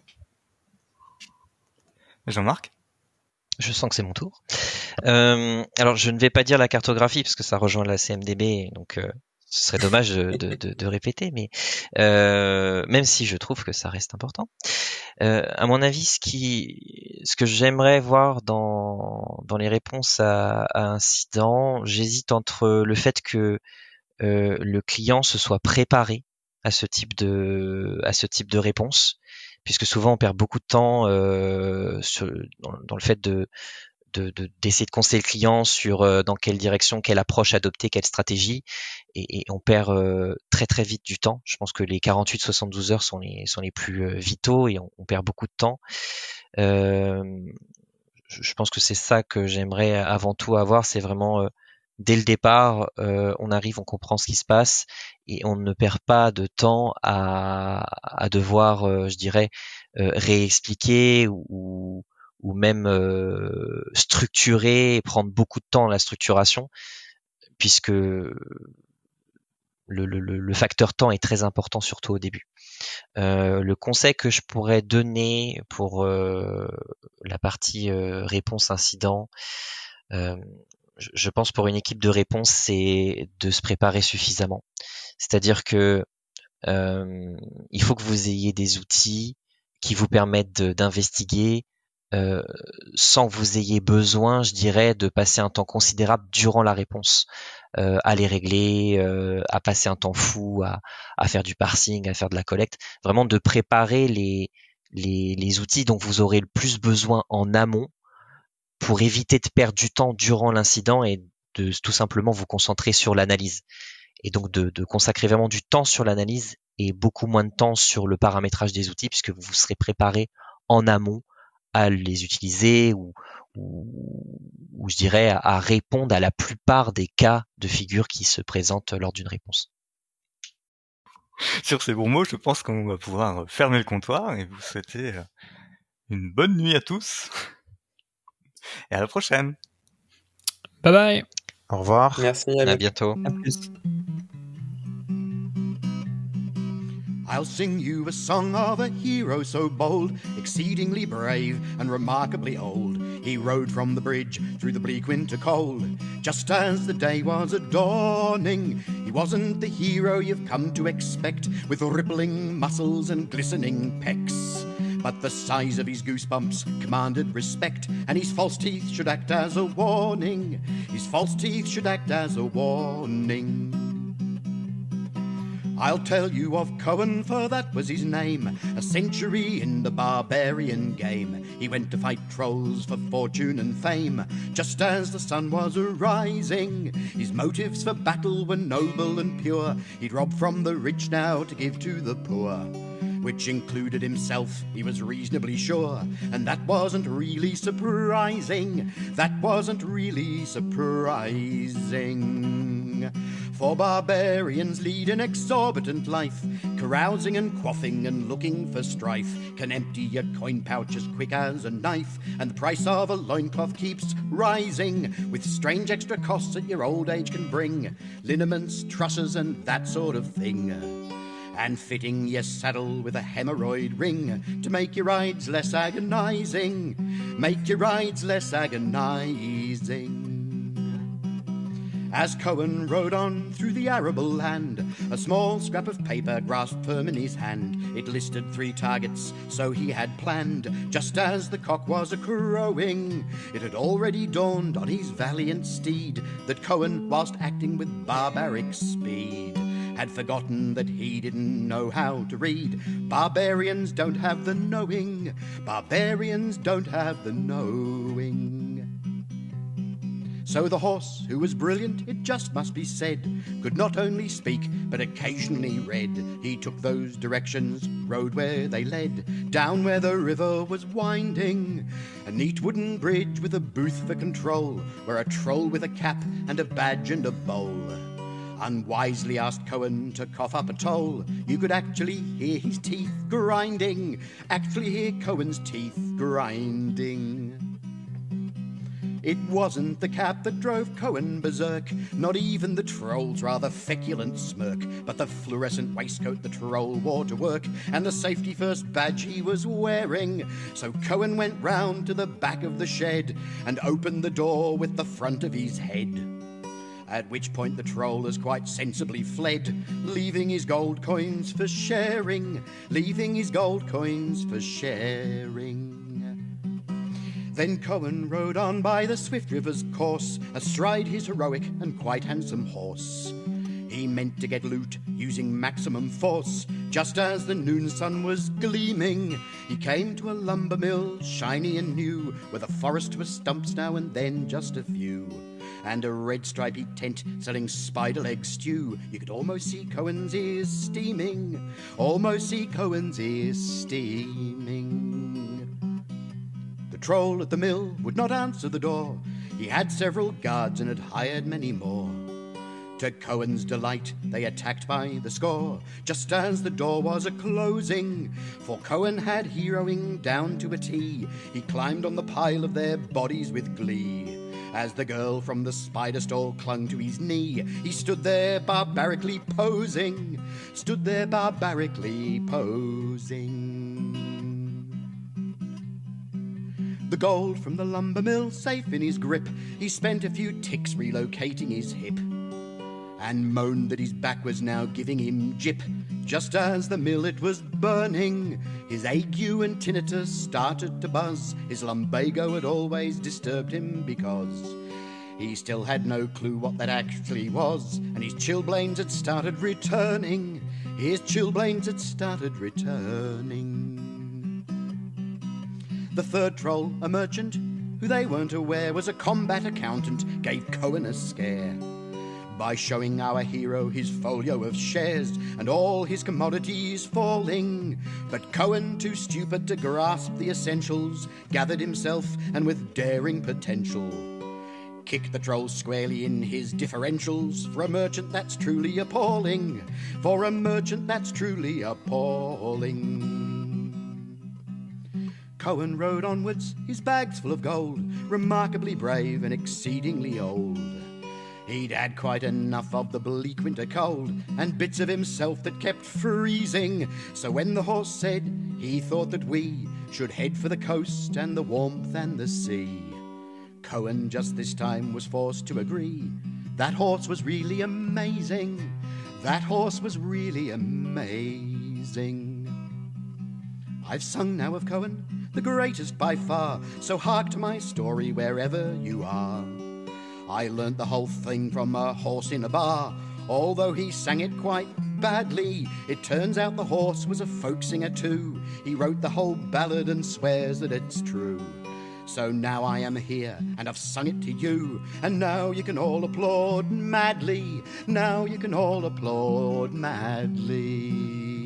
Jean-Marc. Je sens que c'est mon tour. Euh, alors, je ne vais pas dire la cartographie parce que ça rejoint la C M D B, donc euh, ce serait dommage de, de, de, de répéter, mais euh, même si je trouve que ça reste important. Euh, à mon avis, ce qui, ce que j'aimerais voir dans dans les réponses à, à incidents, j'hésite entre le fait que euh, le client se soit préparé à ce type de à ce type de réponse, puisque souvent on perd beaucoup de temps euh, sur, dans, dans le fait de de, de d'essayer de conseiller le client sur euh, dans quelle direction, quelle approche adopter, quelle stratégie, et, et on perd euh, très très vite du temps. Je pense que les quarante-huit soixante-douze heures sont les sont les plus euh, vitaux et on, on perd beaucoup de temps. Euh, je, je pense que c'est ça que j'aimerais avant tout avoir, c'est vraiment euh, dès le départ, euh, on arrive, on comprend ce qui se passe et on ne perd pas de temps à, à devoir, euh, je dirais, euh, réexpliquer ou, ou même euh, structurer, prendre beaucoup de temps dans la structuration, puisque le, le, le, le facteur temps est très important, surtout au début. Euh, le conseil que je pourrais donner pour euh, la partie euh, réponse incident, euh, je pense pour une équipe de réponse, c'est de se préparer suffisamment. C'est-à-dire que euh, il faut que vous ayez des outils qui vous permettent de, d'investiguer euh, sans que vous ayez besoin, je dirais, de passer un temps considérable durant la réponse, euh, à les régler, euh, à passer un temps fou, à, à faire du parsing, à faire de la collecte. Vraiment de préparer les les, les outils dont vous aurez le plus besoin en amont pour éviter de perdre du temps durant l'incident et de tout simplement vous concentrer sur l'analyse. Et donc de, de consacrer vraiment du temps sur l'analyse et beaucoup moins de temps sur le paramétrage des outils, puisque vous serez préparé en amont à les utiliser ou, ou, ou je dirais à, à répondre à la plupart des cas de figure qui se présentent lors d'une réponse. Sur ces bons mots, je pense qu'on va pouvoir fermer le comptoir et vous souhaiter une bonne nuit à tous. Et à la prochaine. Bye bye. Au revoir. Merci, À à bientôt. À plus. I'll sing you a song of a hero so bold, exceedingly brave and remarkably old. He rode from the bridge through the bleak winter cold, just as the day was a-dawning. He wasn't the hero you've come to expect, with rippling muscles and glistening pecs. But the size of his goosebumps commanded respect, and his false teeth should act as a warning. His false teeth should act as a warning. I'll tell you of Cohen, for that was his name, a century in the barbarian game. He went to fight trolls for fortune and fame, just as the sun was arising. His motives for battle were noble and pure. He'd rob from the rich now to give to the poor, which included himself, he was reasonably sure. And that wasn't really surprising. That wasn't really surprising. For barbarians lead an exorbitant life, carousing and quaffing and looking for strife, can empty your coin pouch as quick as a knife, and the price of a loincloth keeps rising, with strange extra costs that your old age can bring, liniments, trusses and that sort of thing, and fitting your saddle with a hemorrhoid ring to make your rides less agonizing, make your rides less agonizing. As Cohen rode on through the arable land, a small scrap of paper grasped firm in his hand. It listed three targets, so he had planned. Just as the cock was a-crowing, it had already dawned on his valiant steed that Cohen, whilst acting with barbaric speed, had forgotten that he didn't know how to read. Barbarians don't have the knowing. Barbarians don't have the knowing. So the horse, who was brilliant, it just must be said, could not only speak, but occasionally read. He took those directions, rode where they led, down where the river was winding. A neat wooden bridge with a booth for control, where a troll with a cap and a badge and a bowl unwisely asked Cohen to cough up a toll. You could actually hear his teeth grinding, actually hear Cohen's teeth grinding. It wasn't the cap that drove Cohen berserk, not even the troll's rather feculent smirk, but the fluorescent waistcoat the troll wore to work, and the safety first badge he was wearing. So Cohen went round to the back of the shed and opened the door with the front of his head, at which point the trollers quite sensibly fled, leaving his gold coins for sharing, leaving his gold coins for sharing. Then Cohen rode on by the swift river's course, astride his heroic and quite handsome horse. He meant to get loot using maximum force. Just as the noon sun was gleaming, he came to a lumber mill, shiny and new, where the forest was stumps now and then just a few, and a red stripy tent selling spider leg stew. You could almost see Cohen's ears steaming, almost see Cohen's ears steaming. The troll at the mill would not answer the door. He had several guards and had hired many more. To Cohen's delight, they attacked by the score, just as the door was a-closing. For Cohen had heroing down to a T. He climbed on the pile of their bodies with glee. As the girl from the spider stall clung to his knee, he stood there barbarically posing, stood there barbarically posing. The gold from the lumber mill safe in his grip, he spent a few ticks relocating his hip, and moaned that his back was now giving him jip. Just as the mill it was burning, his ague and tinnitus started to buzz. His lumbago had always disturbed him because he still had no clue what that actually was, and his chilblains had started returning. His chilblains had started returning. The third troll, a merchant, who they weren't aware was a combat accountant, gave Cohen a scare by showing our hero his folio of shares and all his commodities falling. But Cohen, too stupid to grasp the essentials, gathered himself and with daring potential kicked the troll squarely in his differentials. For a merchant that's truly appalling, for a merchant that's truly appalling. Cohen rode onwards, his bags full of gold, remarkably brave and exceedingly old. He'd had quite enough of the bleak winter cold and bits of himself that kept freezing. So when the horse said he thought that we should head for the coast and the warmth and the sea, Cohen just this time was forced to agree. That horse was really amazing. That horse was really amazing. I've sung now of Cohen, the greatest by far, so hark to my story wherever you are. I learnt the whole thing from a horse in a bar. Although he sang it quite badly, it turns out the horse was a folk singer too. He wrote the whole ballad and swears that it's true. So now I am here and I've sung it to you, and now you can all applaud madly. Now you can all applaud madly.